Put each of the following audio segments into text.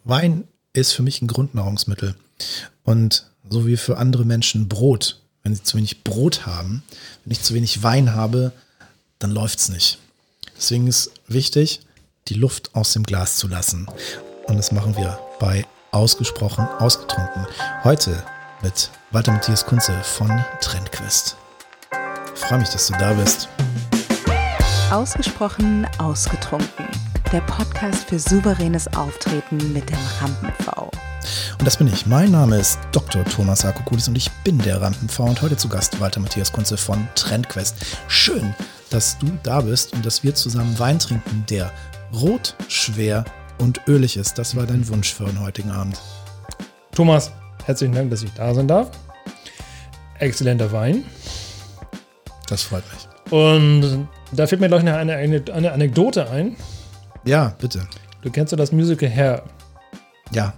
Wein ist für mich ein Grundnahrungsmittel. Und so wie für andere Menschen Brot. Wenn sie zu wenig Brot haben, wenn ich zu wenig Wein habe, dann läuft's nicht. Deswegen ist wichtig, die Luft aus dem Glas zu lassen. Und das machen wir bei Ausgesprochen Ausgetrunken. Heute mit Walter Matthias Kunze von Trendquest. Ich freue mich, dass du da bist. Ausgesprochen Ausgetrunken. Der Podcast für souveränes Auftreten mit dem Rampen-V. Und das bin ich. Mein Name ist Dr. Thomas Akokulis und ich bin der Rampen-V und heute zu Gast Walter Matthias Kunze von Trendquest. Schön, dass du da bist und dass wir zusammen Wein trinken, der rot, schwer und ölig ist. Das war dein Wunsch für den heutigen Abend. Thomas, herzlichen Dank, dass ich da sein darf. Exzellenter Wein. Das freut mich. Und da fällt mir gleich noch eine Anekdote ein. Ja, bitte. Du kennst ja das Musical Hair. Ja.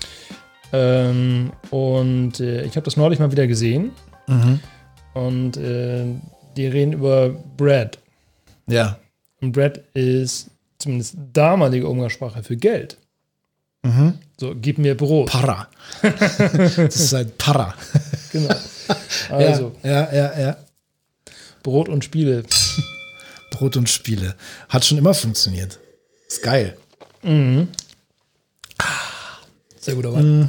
Und ich habe das neulich mal wieder gesehen. Mhm. Und die reden über Bread. Ja. Und Bread ist zumindest damalige Umgangssprache für Geld. Mhm. So, gib mir Brot. Para. Das ist halt Para. Genau. Also, Ja. Brot und Spiele. Brot und Spiele. Hat schon immer funktioniert. Ist geil. Mhm. Sehr guter Wein.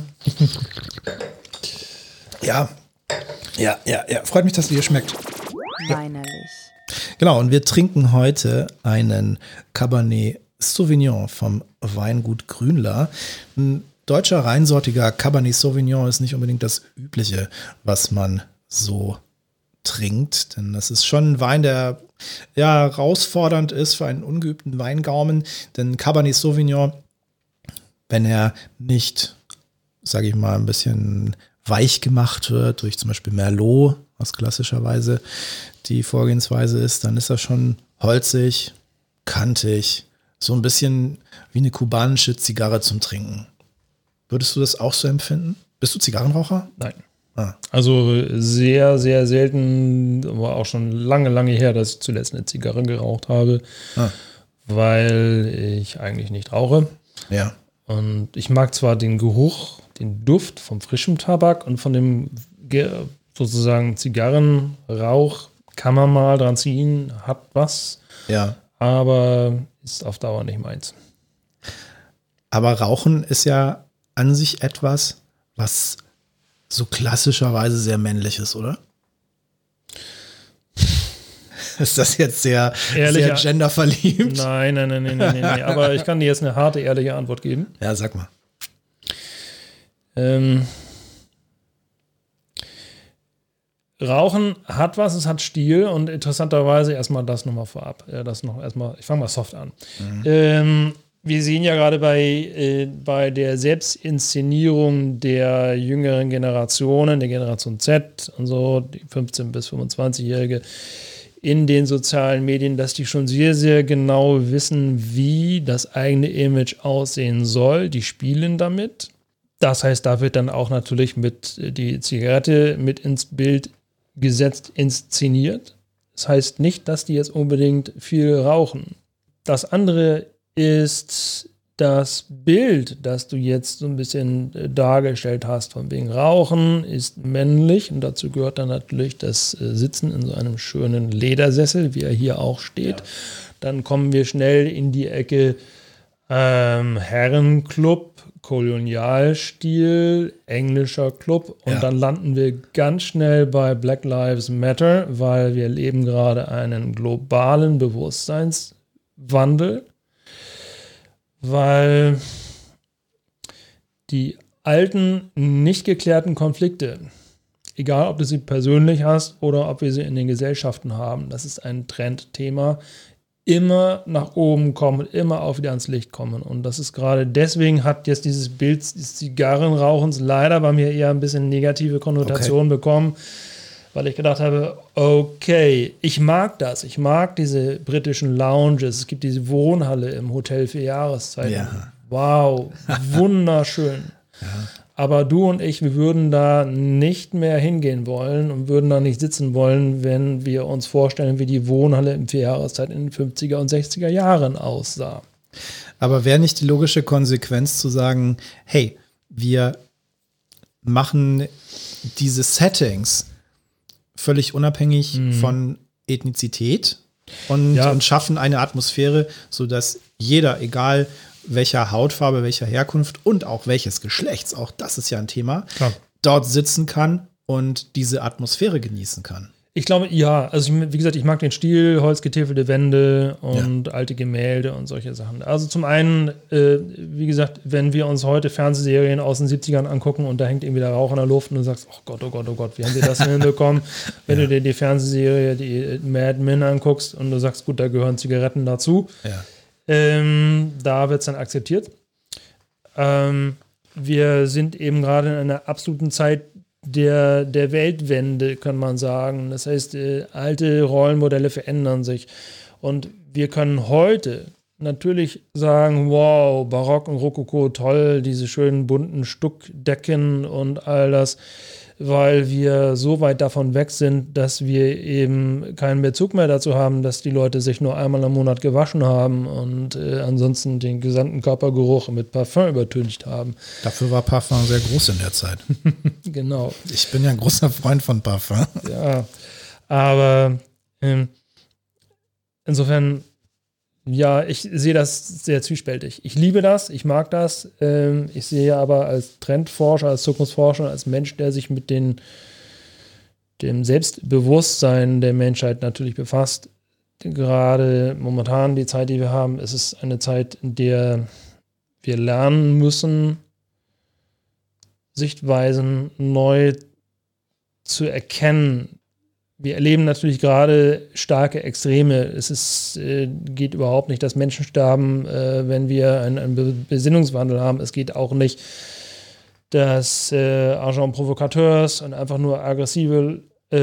Ja. Freut mich, dass es dir schmeckt. Weinerlich. Genau, und wir trinken heute einen Cabernet Sauvignon vom Weingut Grünler. Ein deutscher reinsortiger Cabernet Sauvignon ist nicht unbedingt das Übliche, was man so trinkt, denn das ist schon ein Wein, der ja herausfordernd ist für einen ungeübten Weingaumen, denn Cabernet Sauvignon, wenn er nicht, sage ich mal, ein bisschen weich gemacht wird durch zum Beispiel Merlot, was klassischerweise die Vorgehensweise ist, dann ist er schon holzig, kantig, so ein bisschen wie eine kubanische Zigarre zum Trinken. Würdest du das auch so empfinden? Bist du Zigarrenraucher? Nein. Ah. Also sehr, sehr selten, war auch schon lange, lange her, dass ich zuletzt eine Zigarre geraucht habe, weil ich eigentlich nicht rauche. Ja. Und ich mag zwar den Geruch, den Duft vom frischen Tabak und von dem sozusagen Zigarrenrauch kann man mal dran ziehen, hat was, Ja. aber ist auf Dauer nicht meins. Aber Rauchen ist ja an sich etwas, was so klassischerweise sehr männlich ist, oder? Ist das jetzt sehr genderverliebt? Nein. Aber ich kann dir jetzt eine harte, ehrliche Antwort geben. Ja, sag mal. Rauchen hat was, es hat Stil und interessanterweise erstmal das nochmal vorab. Ich fange mal soft an. Wir sehen ja gerade bei der Selbstinszenierung der jüngeren Generationen, der Generation Z und so, die 15- bis 25-Jährige in den sozialen Medien, dass die schon sehr, sehr genau wissen, wie das eigene Image aussehen soll. Die spielen damit. Das heißt, da wird dann auch natürlich mit die Zigarette mit ins Bild gesetzt, inszeniert. Das heißt nicht, dass die jetzt unbedingt viel rauchen. Das andere ist das Bild, das du jetzt so ein bisschen dargestellt hast, von wegen Rauchen ist männlich und dazu gehört dann natürlich das Sitzen in so einem schönen Ledersessel, wie er hier auch steht. Ja. Dann kommen wir schnell in die Ecke Herrenclub, Kolonialstil, englischer Club und dann landen wir ganz schnell bei Black Lives Matter, weil wir leben gerade einen globalen Bewusstseinswandel, weil die alten, nicht geklärten Konflikte, egal ob du sie persönlich hast oder ob wir sie in den Gesellschaften haben, das ist ein Trendthema, immer nach oben kommen, immer auch wieder ans Licht kommen. Und das ist gerade deswegen hat jetzt dieses Bild des Zigarrenrauchens leider bei mir eher ein bisschen negative Konnotationen bekommen, weil ich gedacht habe, okay, ich mag das. Ich mag diese britischen Lounges. Es gibt diese Wohnhalle im Hotel für Jahreszeiten. Ja. Wow, wunderschön. Ja. Aber du und ich, wir würden da nicht mehr hingehen wollen und würden da nicht sitzen wollen, wenn wir uns vorstellen, wie die Wohnhalle im Vierjahreszeit in den 50er und 60er Jahren aussah. Aber wäre nicht die logische Konsequenz zu sagen, hey, wir machen diese Settings völlig unabhängig von Ethnizität und schaffen eine Atmosphäre, sodass jeder, egal welcher Hautfarbe, welcher Herkunft und auch welches Geschlechts, auch das ist ja ein Thema, dort sitzen kann und diese Atmosphäre genießen kann. Ich glaube, ja. Also, wie gesagt, ich mag den Stil, holzgetäfelte Wände und alte Gemälde und solche Sachen. Also, zum einen, wie gesagt, wenn wir uns heute Fernsehserien aus den 70ern angucken und da hängt irgendwie der Rauch in der Luft und du sagst, oh Gott, wie haben sie das denn hinbekommen? Wenn du dir die Fernsehserie, die Mad Men anguckst und du sagst, gut, da gehören Zigaretten dazu. Da wird es dann akzeptiert. Wir sind eben gerade in einer absoluten Zeit der Weltwende, kann man sagen. Das heißt, alte Rollenmodelle verändern sich. Und wir können heute natürlich sagen, wow, Barock und Rokoko, toll, diese schönen bunten Stuckdecken und all das, weil wir so weit davon weg sind, dass wir eben keinen Bezug mehr dazu haben, dass die Leute sich nur einmal im Monat gewaschen haben und ansonsten den gesamten Körpergeruch mit Parfum übertüncht haben. Dafür war Parfum sehr groß in der Zeit. Genau. Ich bin ja ein großer Freund von Parfum. Ja, aber insofern, ja, ich sehe das sehr zwiespältig. Ich liebe das, ich mag das. Ich sehe aber als Trendforscher, als Zukunftsforscher, als Mensch, der sich mit dem Selbstbewusstsein der Menschheit natürlich befasst, gerade momentan die Zeit, die wir haben, es ist eine Zeit, in der wir lernen müssen, Sichtweisen neu zu erkennen. Wir erleben natürlich gerade starke Extreme. Es geht überhaupt nicht, dass Menschen sterben, wenn wir einen Besinnungswandel haben. Es geht auch nicht, dass Agents Provocateurs und einfach nur aggressive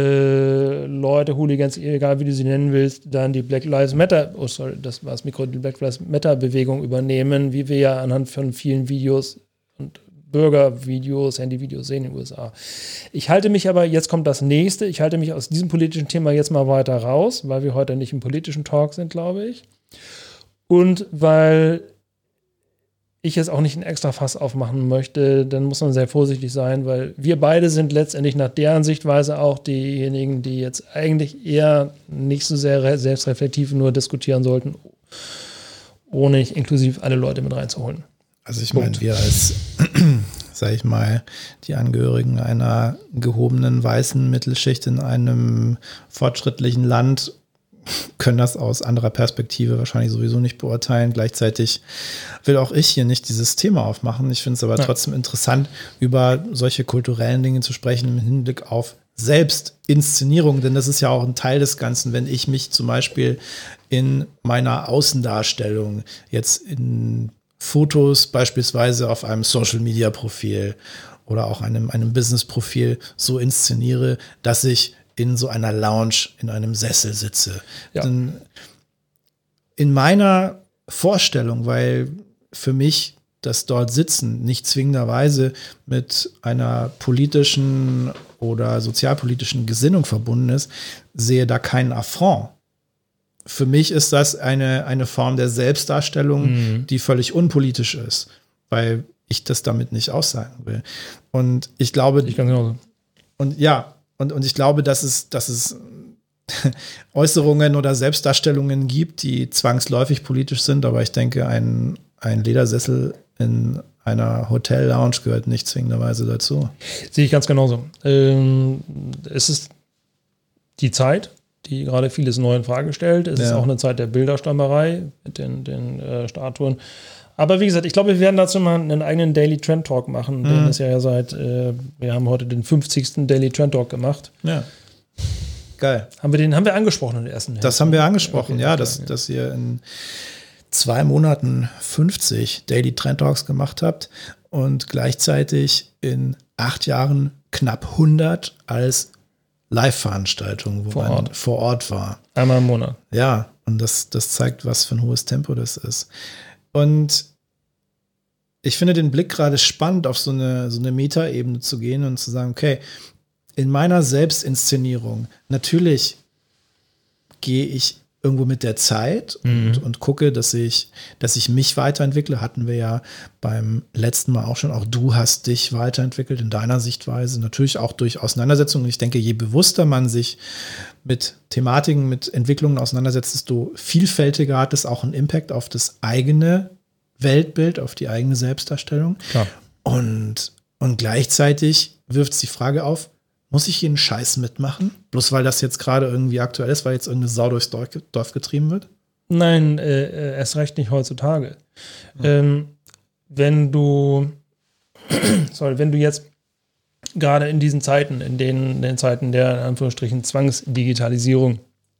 Leute, Hooligans, egal wie du sie nennen willst, dann die Black Lives Matter, das war das Mikro, die Black Lives Matter Bewegung übernehmen, wie wir ja anhand von vielen Videos und Bürgervideos, Handyvideos sehen in den USA. Ich halte mich aber, jetzt kommt das nächste, ich halte mich aus diesem politischen Thema jetzt mal weiter raus, weil wir heute nicht im politischen Talk sind, glaube ich. Und weil ich jetzt auch nicht ein extra Fass aufmachen möchte, dann muss man sehr vorsichtig sein, weil wir beide sind letztendlich nach deren Sichtweise auch diejenigen, die jetzt eigentlich eher nicht so sehr selbstreflektiv nur diskutieren sollten, ohne inklusiv alle Leute mit reinzuholen. Also ich meine, wir als, sag ich mal, die Angehörigen einer gehobenen weißen Mittelschicht in einem fortschrittlichen Land können das aus anderer Perspektive wahrscheinlich sowieso nicht beurteilen. Gleichzeitig will auch ich hier nicht dieses Thema aufmachen. Ich finde es aber trotzdem interessant, über solche kulturellen Dinge zu sprechen im Hinblick auf Selbstinszenierung, denn das ist ja auch ein Teil des Ganzen, wenn ich mich zum Beispiel in meiner Außendarstellung jetzt in Fotos beispielsweise auf einem Social-Media-Profil oder auch einem Business-Profil so inszeniere, dass ich in so einer Lounge in einem Sessel sitze. Ja. Denn in meiner Vorstellung, weil für mich das dort Sitzen nicht zwingenderweise mit einer politischen oder sozialpolitischen Gesinnung verbunden ist, sehe da keinen Affront. Für mich ist das eine Form der Selbstdarstellung, die völlig unpolitisch ist, weil ich das damit nicht aussagen will. Und ich glaube, ich kann genauso. Und ja, und ich glaube, dass es Äußerungen oder Selbstdarstellungen gibt, die zwangsläufig politisch sind, aber ich denke, ein Ledersessel in einer Hotel-Lounge gehört nicht zwingenderweise dazu. Sehe ich ganz genauso. Es ist die Zeit, die gerade vieles neu in Frage stellt. Es ist auch eine Zeit der Bilderstammerei mit den Statuen. Aber wie gesagt, ich glaube, wir werden dazu mal einen eigenen Daily Trend Talk machen. Den ist ja wir haben heute den 50. Daily Trend Talk gemacht. Ja. Geil. Haben wir angesprochen in der ersten Hälfte? Das haben wir angesprochen, okay, dass ihr in 2 Monaten 50 Daily Trend Talks gemacht habt und gleichzeitig in 8 Jahren knapp 100 als Live-Veranstaltung, wo man vor Ort war. Einmal im Monat. Ja, und das zeigt, was für ein hohes Tempo das ist. Und ich finde den Blick gerade spannend, auf so eine Metaebene zu gehen und zu sagen, okay, in meiner Selbstinszenierung, natürlich gehe ich irgendwo mit der Zeit und gucke, dass ich mich weiterentwickle. Hatten wir ja beim letzten Mal auch schon. Auch du hast dich weiterentwickelt in deiner Sichtweise. Natürlich auch durch Auseinandersetzungen. Ich denke, je bewusster man sich mit Thematiken, mit Entwicklungen auseinandersetzt, desto vielfältiger hat es auch einen Impact auf das eigene Weltbild, auf die eigene Selbstdarstellung. Klar. Und gleichzeitig wirft es die Frage auf, muss ich jeden Scheiß mitmachen? Bloß weil das jetzt gerade irgendwie aktuell ist, weil jetzt irgendeine Sau durchs Dorf getrieben wird? Nein, erst recht nicht heutzutage. Wenn du jetzt gerade in diesen Zeiten, in den Zeiten der, in Anführungsstrichen, Zwangsdigitalisierung,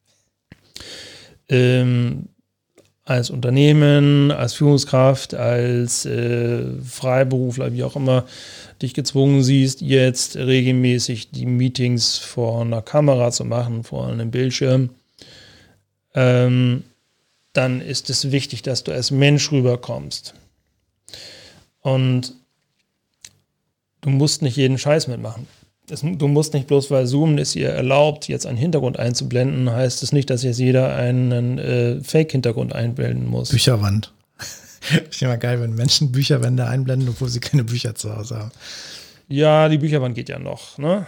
als Unternehmen, als Führungskraft, als Freiberufler, wie auch immer, dich gezwungen siehst, jetzt regelmäßig die Meetings vor einer Kamera zu machen, vor einem Bildschirm, dann ist es wichtig, dass du als Mensch rüberkommst. Und du musst nicht jeden Scheiß mitmachen. Du musst nicht bloß, weil Zoom es ihr erlaubt, jetzt einen Hintergrund einzublenden, heißt es nicht, dass jetzt jeder einen Fake-Hintergrund einblenden muss. Bücherwand. Ich immer geil, wenn Menschen Bücherwände einblenden, obwohl sie keine Bücher zu Hause haben. Ja, die Bücherwand geht ja noch, ne?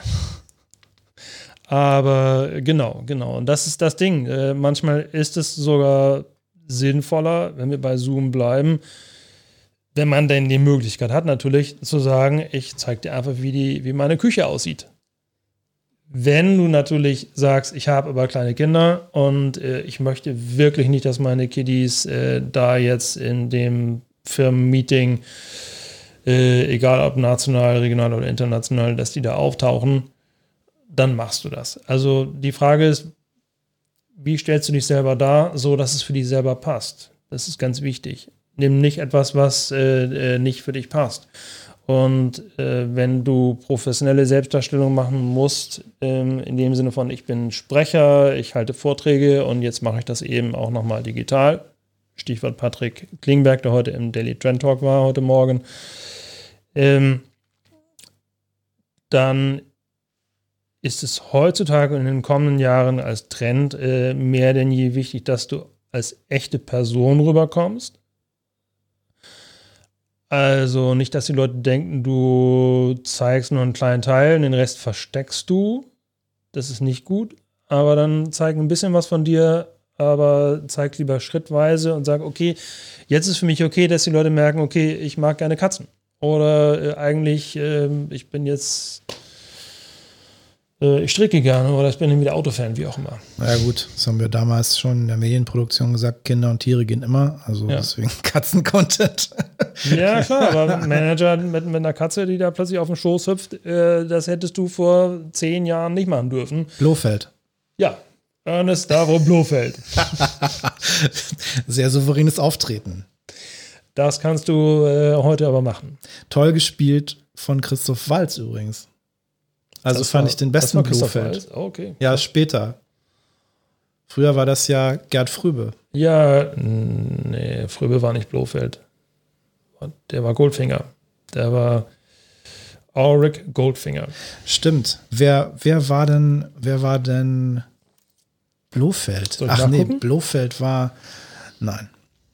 Aber genau. Und das ist das Ding. Manchmal ist es sogar sinnvoller, wenn wir bei Zoom bleiben, wenn man denn die Möglichkeit hat, natürlich zu sagen, ich zeige dir einfach, wie meine Küche aussieht. Wenn du natürlich sagst, ich habe aber kleine Kinder und ich möchte wirklich nicht, dass meine Kiddies da jetzt in dem Firmenmeeting, egal ob national, regional oder international, dass die da auftauchen, dann machst du das. Also die Frage ist, wie stellst du dich selber dar, so dass es für dich selber passt? Das ist ganz wichtig. Nimm nicht etwas, was nicht für dich passt. Und wenn du professionelle Selbstdarstellung machen musst, in dem Sinne von, ich bin Sprecher, ich halte Vorträge und jetzt mache ich das eben auch nochmal digital. Stichwort Patrick Klingberg, der heute im Daily Trend Talk war, heute Morgen. Dann ist es heutzutage in den kommenden Jahren als Trend mehr denn je wichtig, dass du als echte Person rüberkommst. Also nicht, dass die Leute denken, du zeigst nur einen kleinen Teil, den Rest versteckst du. Das ist nicht gut. Aber dann zeig ein bisschen was von dir, aber zeig lieber schrittweise und sag, okay, jetzt ist für mich okay, dass die Leute merken, okay, ich mag gerne Katzen. Oder eigentlich, ich bin jetzt, ich stricke gerne oder ich bin irgendwie der Autofan, wie auch immer. Na ja gut, das haben wir damals schon in der Medienproduktion gesagt, Kinder und Tiere gehen immer, also deswegen Katzen-Content. Ja klar, aber ein Manager mit einer Katze, die da plötzlich auf den Schoß hüpft, das hättest du vor 10 Jahren nicht machen dürfen. Blofeld. Ja, Ernest Stavro Blofeld. Sehr souveränes Auftreten. Das kannst du heute aber machen. Toll gespielt von Christoph Waltz übrigens. Also das fand ich den besten Blofeld. Oh, okay. Ja, später. Früher war das ja Gerd Fröbe. Ja, nee, Fröbe war nicht Blofeld. Der war Goldfinger. Der war Auric Goldfinger. Stimmt. Wer war denn Blofeld? Soll ich nachgucken? Blofeld war. Nein.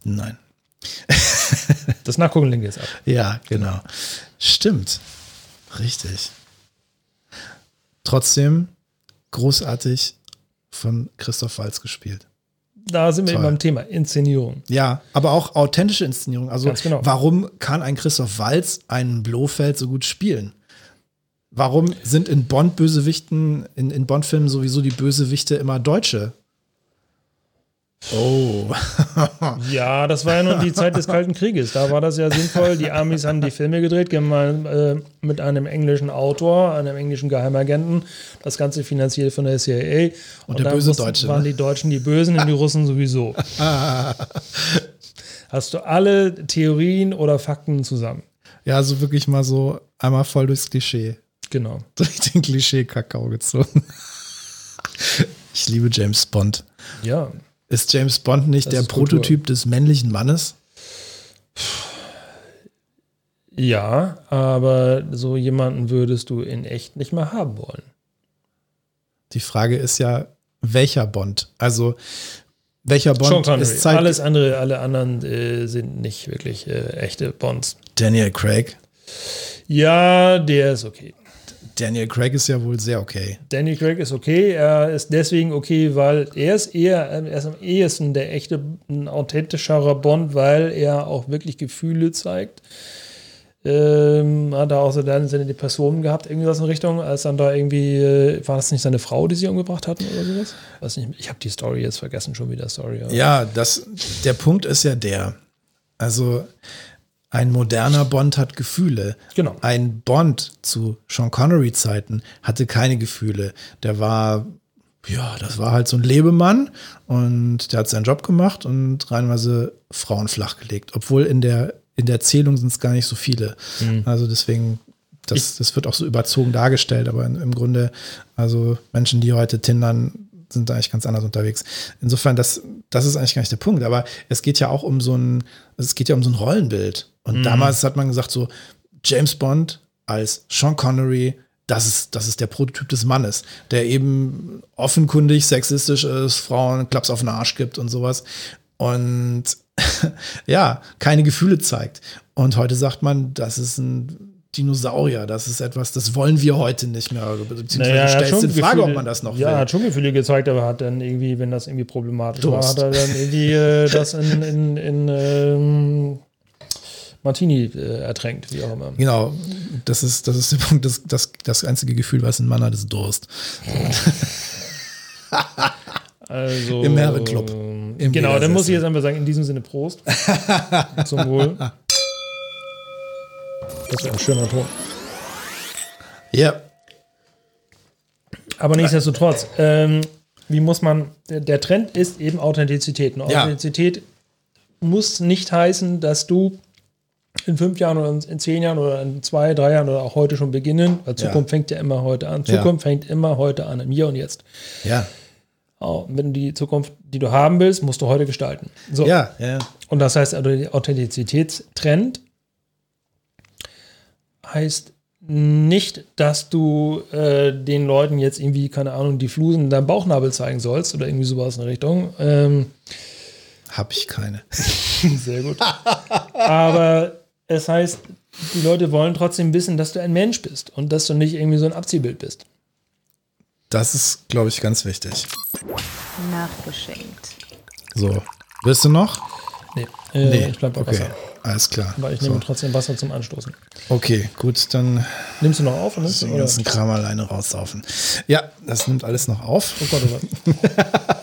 Das Nachgucken legen wir jetzt ab. Ja, genau. Stimmt. Richtig. Trotzdem großartig von Christoph Waltz gespielt. Da sind wir eben beim Thema Inszenierung. Ja, aber auch authentische Inszenierung. Also genau. Warum kann ein Christoph Waltz einen Blofeld so gut spielen? Warum sind in Bond-Bösewichten, in Bond-Filmen sowieso die Bösewichte immer Deutsche? Oh. Ja, das war ja nun die Zeit des Kalten Krieges. Da war das ja sinnvoll. Die Amis haben die Filme gedreht, gemeinsam mit einem englischen Autor, einem englischen Geheimagenten. Das Ganze finanziert von der CIA. Und der böse Deutsche. Waren die Deutschen die Bösen und die Russen sowieso. Hast du alle Theorien oder Fakten zusammen? Ja, also wirklich mal so einmal voll durchs Klischee. Genau. Durch den Klischee-Kakao gezogen. Ich liebe James Bond. Ja. Ist James Bond nicht der Prototyp des männlichen Mannes? Ja, aber so jemanden würdest du in echt nicht mehr haben wollen. Die Frage ist ja, welcher Bond? Also Welcher Bond Sean Connery. ist Zeit? Alle anderen sind nicht wirklich echte Bonds. Daniel Craig. Ja, der ist okay. Daniel Craig ist ja wohl sehr okay. Daniel Craig ist okay. Er ist deswegen okay, weil er ist am ehesten der echte, ein authentischerer Bond, weil er auch wirklich Gefühle zeigt. Hat er auch so dann seine Depressionen gehabt, irgendwie was in Richtung, als dann da irgendwie, war das nicht seine Frau, die sie umgebracht hatten oder sowas? Weiß nicht, ich habe die Story jetzt vergessen, schon wieder Story. Aber. Ja, der Punkt ist ja also ein moderner Bond hat Gefühle. Genau. Ein Bond zu Sean Connery-Zeiten hatte keine Gefühle. Das war halt so ein Lebemann und der hat seinen Job gemacht und reihenweise Frauen flachgelegt. Obwohl in der Erzählung sind es gar nicht so viele. Also deswegen, das wird auch so überzogen dargestellt, aber im Grunde, also Menschen, die heute tindern, sind da eigentlich ganz anders unterwegs. Insofern, das ist eigentlich gar nicht der Punkt, aber es geht ja auch um so ein Rollenbild. Und damals hat man gesagt, so James Bond als Sean Connery, das ist der Prototyp des Mannes, der eben offenkundig sexistisch ist, Frauen Klaps auf den Arsch gibt und sowas. Und ja, keine Gefühle zeigt. Und heute sagt man, das ist ein Dinosaurier, das ist etwas, das wollen wir heute nicht mehr. Beziehungsweise stellst du in Frage, ob man das noch will. Ja, er hat schon Gefühle gezeigt, aber hat dann irgendwie, wenn das irgendwie problematisch war, hat er dann irgendwie das in Martini ertränkt, wie auch immer. Genau, das ist der Punkt, das einzige Gefühl, was ein Mann hat, ist Durst. Also, im Herrenclub. Genau, dann muss ich jetzt einfach sagen, in diesem Sinne Prost. Zum Wohl. Das ist ein schöner Ton. Ja. Aber nichtsdestotrotz, der Trend ist eben Authentizität. Und Authentizität muss nicht heißen, dass du in 5 Jahren oder in 10 Jahren oder in 2, 3 Jahren oder auch heute schon beginnen, weil Zukunft fängt ja immer heute an. Zukunft fängt immer heute an, im Hier und Jetzt. Ja. Wenn du die Zukunft, die du haben willst, musst du heute gestalten. So. Ja. Und das heißt, also der Authentizitätstrend heißt nicht, dass du den Leuten jetzt irgendwie, keine Ahnung, die Flusen in deinem Bauchnabel zeigen sollst oder irgendwie sowas in der Richtung. Hab ich keine. Sehr gut. Aber es heißt, die Leute wollen trotzdem wissen, dass du ein Mensch bist und dass du nicht irgendwie so ein Abziehbild bist. Das ist, glaube ich, ganz wichtig. Nachgeschenkt. So, willst du noch? Nee, ich bleib bei Wasser. Alles klar. Aber ich nehme trotzdem Wasser zum Anstoßen. Okay, gut, dann nimmst du noch auf? Oder den ganzen Kram alleine raussaufen. Ja, das nimmt alles noch auf. Oh Gott, oh Gott.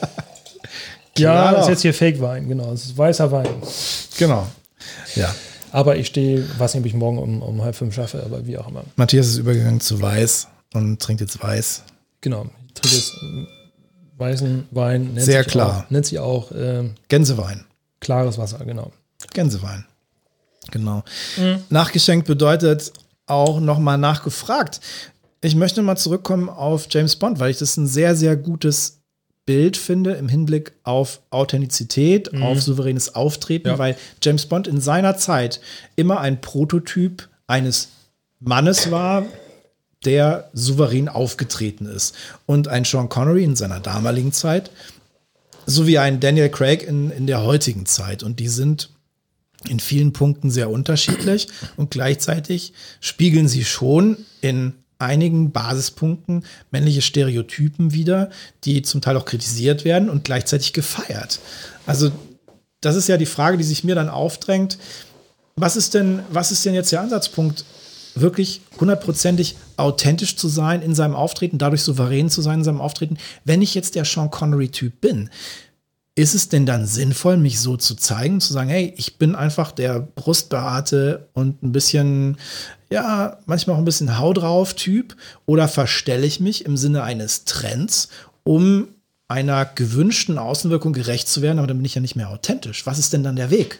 Ja, das ist jetzt hier Fake-Wein, genau. Das ist weißer Wein. Genau, ja. Aber ich weiß nicht, ob ich morgen um 4:30 schaffe, aber wie auch immer. Matthias ist übergegangen zu Weiß und trinkt jetzt Weiß. Genau, ich trinke jetzt weißen Wein. Sehr klar. Nennt sich auch Gänsewein. Klares Wasser, genau. Gänsewein. Genau. Nachgeschenkt bedeutet auch nochmal nachgefragt. Ich möchte mal zurückkommen auf James Bond, weil ich das ein sehr, sehr gutes Bild finde im Hinblick auf Authentizität, auf souveränes Auftreten, weil James Bond in seiner Zeit immer ein Prototyp eines Mannes war, der souverän aufgetreten ist. Und ein Sean Connery in seiner damaligen Zeit, sowie ein Daniel Craig in der heutigen Zeit. Und die sind in vielen Punkten sehr unterschiedlich und gleichzeitig spiegeln sie schon in einigen Basispunkten männliche Stereotypen wider, die zum Teil auch kritisiert werden und gleichzeitig gefeiert. Also das ist ja die Frage, die sich mir dann aufdrängt. Was ist denn jetzt der Ansatzpunkt, wirklich 100%ig authentisch zu sein in seinem Auftreten, dadurch souverän zu sein in seinem Auftreten, wenn ich jetzt der Sean Connery-Typ bin? Ist es denn dann sinnvoll, mich so zu zeigen, zu sagen, hey, ich bin einfach der brustbehaarte und ein bisschen, ja, manchmal auch ein bisschen Hau drauf Typ, oder verstelle ich mich im Sinne eines Trends, um einer gewünschten Außenwirkung gerecht zu werden, aber dann bin ich ja nicht mehr authentisch. Was ist denn dann der Weg?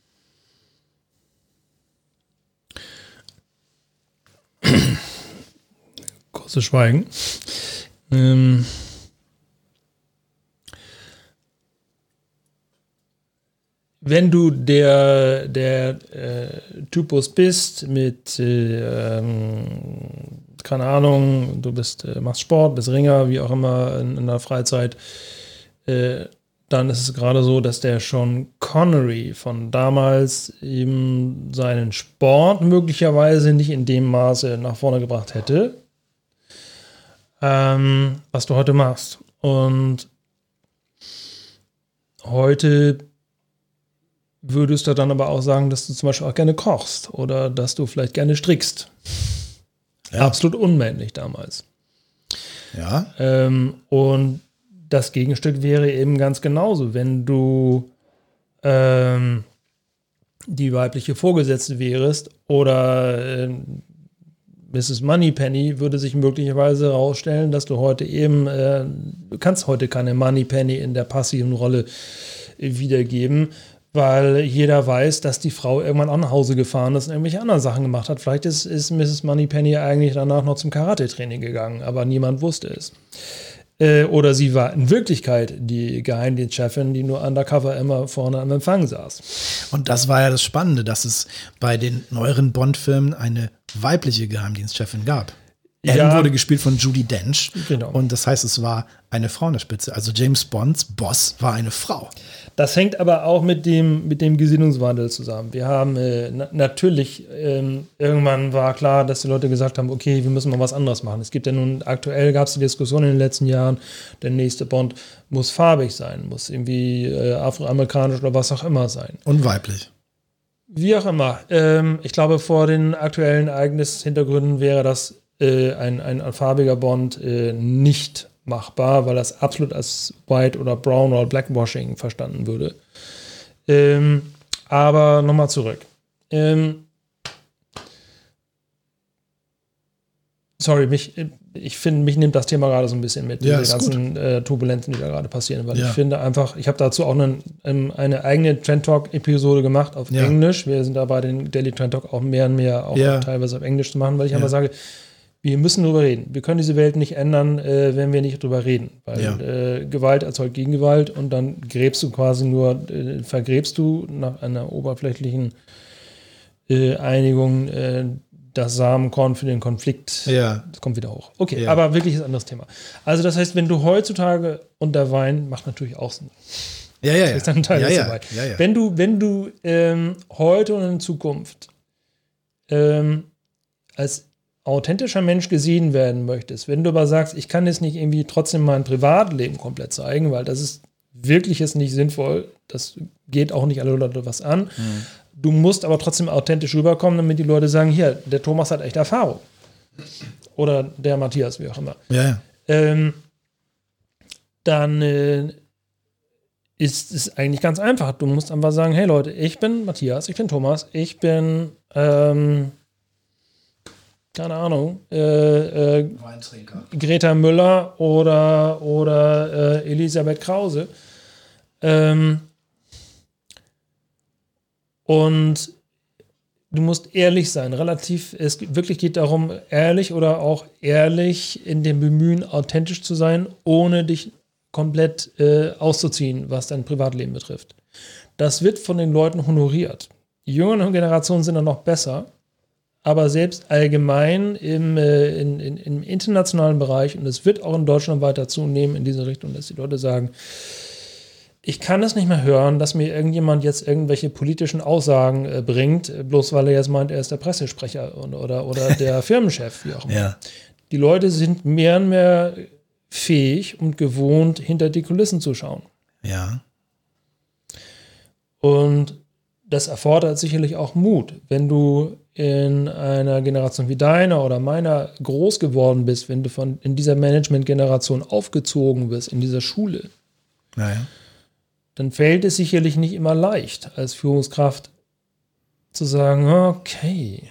Kurzes Schweigen. Wenn du der Typus bist mit, keine Ahnung, du machst Sport, bist Ringer, wie auch immer in der Freizeit, der dann ist es gerade so, dass der Sean Connery von damals eben seinen Sport möglicherweise nicht in dem Maße nach vorne gebracht hätte, was du heute machst. Und heute würdest du dann aber auch sagen, dass du zum Beispiel auch gerne kochst oder dass du vielleicht gerne strickst. Ja. Absolut unmännlich damals. Ja. Und das Gegenstück wäre eben ganz genauso, wenn du die weibliche Vorgesetzte wärst oder Mrs. Moneypenny, würde sich möglicherweise herausstellen, dass du heute eben, du kannst heute keine Moneypenny in der passiven Rolle wiedergeben, weil jeder weiß, dass die Frau irgendwann auch nach Hause gefahren ist und irgendwelche anderen Sachen gemacht hat. Vielleicht ist Mrs. Moneypenny eigentlich danach noch zum Karate-Training gegangen, aber niemand wusste es. Oder sie war in Wirklichkeit die Geheimdienstchefin, die nur undercover immer vorne am Empfang saß. Und das war ja das Spannende, dass es bei den neueren Bond-Filmen eine weibliche Geheimdienstchefin gab. Anne wurde gespielt von Judi Dench. Genau. Und das heißt, es war eine Frau an der Spitze. Also James Bonds Boss war eine Frau. Das hängt aber auch mit dem Gesinnungswandel zusammen. Wir haben natürlich, irgendwann war klar, dass die Leute gesagt haben, okay, wir müssen mal was anderes machen. Es gibt ja nun, aktuell gab es die Diskussion in den letzten Jahren, der nächste Bond muss farbig sein, muss irgendwie afroamerikanisch oder was auch immer sein. Und weiblich. Wie auch immer. Ich glaube, vor den aktuellen Ereignishintergründen wäre das ein farbiger Bond nicht machbar, weil das absolut als White oder Brown oder Blackwashing verstanden würde. Aber nochmal zurück. Sorry, mich nimmt das Thema gerade so ein bisschen mit, ja, diese ganzen Turbulenzen, die da gerade passieren, weil ja. ich finde einfach, ich habe dazu auch eine eigene Trend Talk-Episode gemacht auf Englisch. Wir sind dabei, den Daily Trend Talk auch mehr und mehr auch teilweise auf Englisch zu machen, weil ich einfach sage, wir müssen drüber reden. Wir können diese Welt nicht ändern, wenn wir nicht drüber reden. Weil Gewalt erzeugt Gegengewalt und dann vergräbst du nach einer oberflächlichen Einigung das Samenkorn für den Konflikt. Ja. Das kommt wieder hoch. Okay, aber wirklich ein anderes Thema. Also das heißt, wenn du heutzutage, und der Wein macht natürlich auch Sinn. Ja. Das ist dann teilweise dabei. Ja. Wenn du heute und in Zukunft als authentischer Mensch gesehen werden möchtest, wenn du aber sagst, ich kann jetzt nicht irgendwie trotzdem mein Privatleben komplett zeigen, weil das ist wirklich jetzt nicht sinnvoll, das geht auch nicht alle Leute was an. Du musst aber trotzdem authentisch rüberkommen, damit die Leute sagen, hier, der Thomas hat echt Erfahrung. Oder der Matthias, wie auch immer. Ja. Dann ist es eigentlich ganz einfach. Du musst einfach sagen, hey Leute, ich bin Matthias, ich bin Thomas, ich bin keine Ahnung, Weintrinker. Greta Müller oder Elisabeth Krause. Und du musst ehrlich sein. Es wirklich geht darum, ehrlich oder auch ehrlich in dem Bemühen, authentisch zu sein, ohne dich komplett auszuziehen, was dein Privatleben betrifft. Das wird von den Leuten honoriert. Die jüngeren Generationen sind dann noch besser. Aber selbst allgemein im internationalen Bereich, und es wird auch in Deutschland weiter zunehmen in diese Richtung, dass die Leute sagen, ich kann es nicht mehr hören, dass mir irgendjemand jetzt irgendwelche politischen Aussagen bringt, bloß weil er jetzt meint, er ist der Pressesprecher oder der Firmenchef, wie auch immer. Ja. Die Leute sind mehr und mehr fähig und gewohnt, hinter die Kulissen zu schauen. Ja. Und das erfordert sicherlich auch Mut, wenn du in einer Generation wie deiner oder meiner groß geworden bist, wenn du in dieser Management-Generation aufgezogen wirst, in dieser Schule, dann fällt es sicherlich nicht immer leicht, als Führungskraft zu sagen, okay,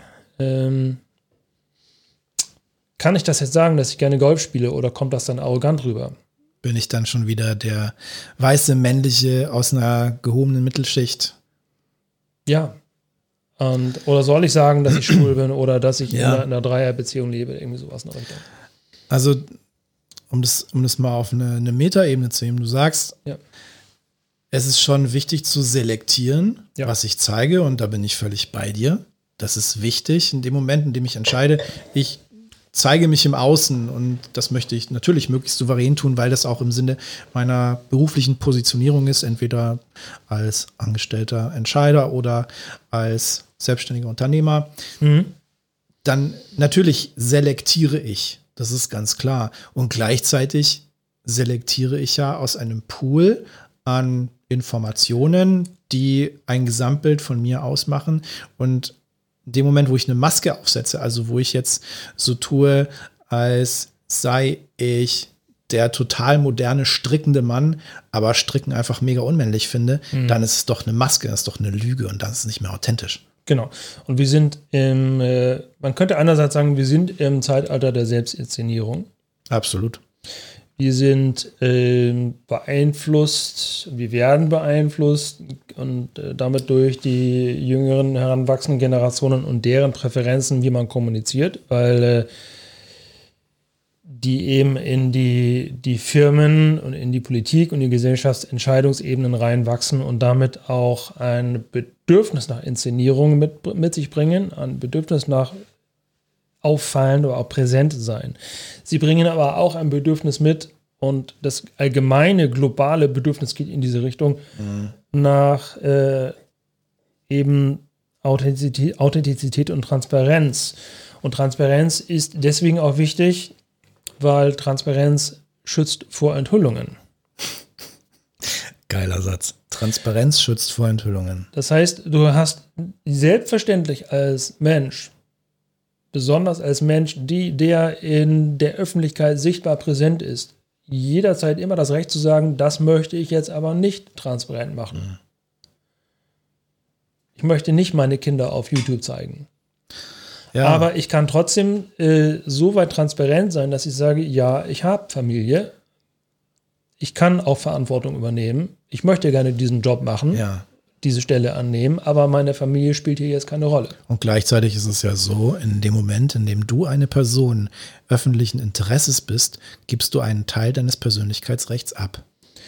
kann ich das jetzt sagen, dass ich gerne Golf spiele, oder kommt das dann arrogant rüber? Bin ich dann schon wieder der weiße Männliche aus einer gehobenen Mittelschicht? Ja. Oder soll ich sagen, dass ich schwul bin oder dass ich in einer Dreierbeziehung lebe, irgendwie sowas in der Richtung. Also, um das mal auf eine Metaebene zu nehmen, du sagst, es ist schon wichtig zu selektieren, was ich zeige, und da bin ich völlig bei dir. Das ist wichtig in dem Moment, in dem ich entscheide, ich zeige mich im Außen und das möchte ich natürlich möglichst souverän tun, weil das auch im Sinne meiner beruflichen Positionierung ist, entweder als angestellter Entscheider oder als selbstständiger Unternehmer. Dann natürlich selektiere ich, das ist ganz klar. Und gleichzeitig selektiere ich ja aus einem Pool an Informationen, die ein Gesamtbild von mir ausmachen. Und in dem Moment, wo ich eine Maske aufsetze, also wo ich jetzt so tue, als sei ich der total moderne, strickende Mann, aber Stricken einfach mega unmännlich finde, dann ist es doch eine Maske, das ist doch eine Lüge und dann ist es nicht mehr authentisch. Genau. Und wir sind man könnte einerseits sagen, wir sind im Zeitalter der Selbstinszenierung. Absolut. Wir sind beeinflusst, wir werden beeinflusst und damit durch die jüngeren heranwachsenden Generationen und deren Präferenzen, wie man kommuniziert, weil die eben in die Firmen und in die Politik und die Gesellschaftsentscheidungsebenen reinwachsen und damit auch ein Bedürfnis nach Inszenierung mit sich bringen, ein Bedürfnis nach auffallen oder auch präsent sein. Sie bringen aber auch ein Bedürfnis mit und das allgemeine globale Bedürfnis geht in diese Richtung nach eben Authentizität und Transparenz. Und Transparenz ist deswegen auch wichtig, weil Transparenz schützt vor Enthüllungen. Geiler Satz. Transparenz schützt vor Enthüllungen. Das heißt, du hast selbstverständlich als Mensch, besonders als Mensch, der in der Öffentlichkeit sichtbar präsent ist, jederzeit immer das Recht zu sagen, das möchte ich jetzt aber nicht transparent machen. Ich möchte nicht meine Kinder auf YouTube zeigen. Ja. Aber ich kann trotzdem so weit transparent sein, dass ich sage, ja, ich habe Familie, ich kann auch Verantwortung übernehmen, ich möchte gerne diesen Job machen, diese Stelle annehmen, aber meine Familie spielt hier jetzt keine Rolle. Und gleichzeitig ist es ja so, in dem Moment, in dem du eine Person öffentlichen Interesses bist, gibst du einen Teil deines Persönlichkeitsrechts ab.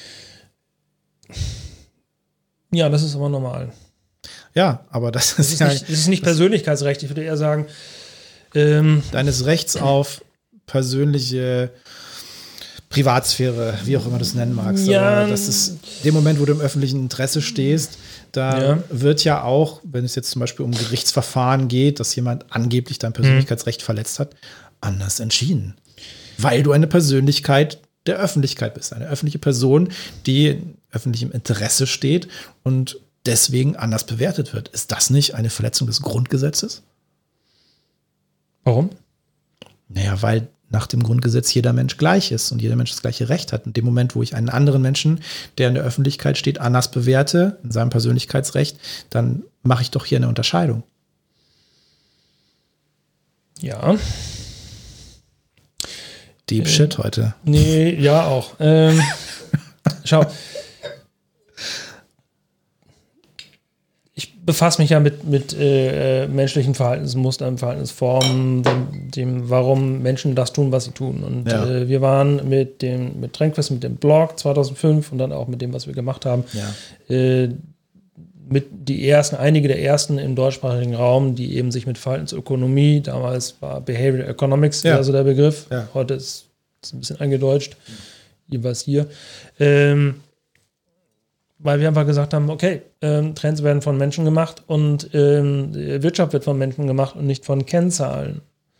Ja, das ist aber normal. Ja, aber das ist ja... Das ist nicht Persönlichkeitsrecht, ich würde eher sagen... deines Rechts auf persönliche Privatsphäre, wie auch immer du es nennen magst. Ja, aber das ist dem Moment, wo du im öffentlichen Interesse stehst, da wird ja auch, wenn es jetzt zum Beispiel um Gerichtsverfahren geht, dass jemand angeblich dein Persönlichkeitsrecht verletzt hat, anders entschieden. Weil du eine Persönlichkeit der Öffentlichkeit bist, eine öffentliche Person, die in öffentlichem Interesse steht und deswegen anders bewertet wird. Ist das nicht eine Verletzung des Grundgesetzes? Warum? Naja, weil nach dem Grundgesetz jeder Mensch gleich ist und jeder Mensch das gleiche Recht hat. In dem Moment, wo ich einen anderen Menschen, der in der Öffentlichkeit steht, anders bewerte, in seinem Persönlichkeitsrecht, dann mache ich doch hier eine Unterscheidung. Ja. Deep Shit heute. Nee, ja auch. Schau. Ich befasse mich ja mit menschlichen Verhaltensmustern, Verhaltensformen, dem, warum Menschen das tun, was sie tun. Und wir waren mit Trendquest, mit dem Blog 2005 und dann auch mit dem, was wir gemacht haben, mit einige der ersten im deutschsprachigen Raum, die eben sich mit Verhaltensökonomie, damals war Behavioral Economics, also der Begriff, heute ist es ein bisschen eingedeutscht, jeweils hier, weil wir einfach gesagt haben, okay, Trends werden von Menschen gemacht und Wirtschaft wird von Menschen gemacht und nicht von Kennzahlen.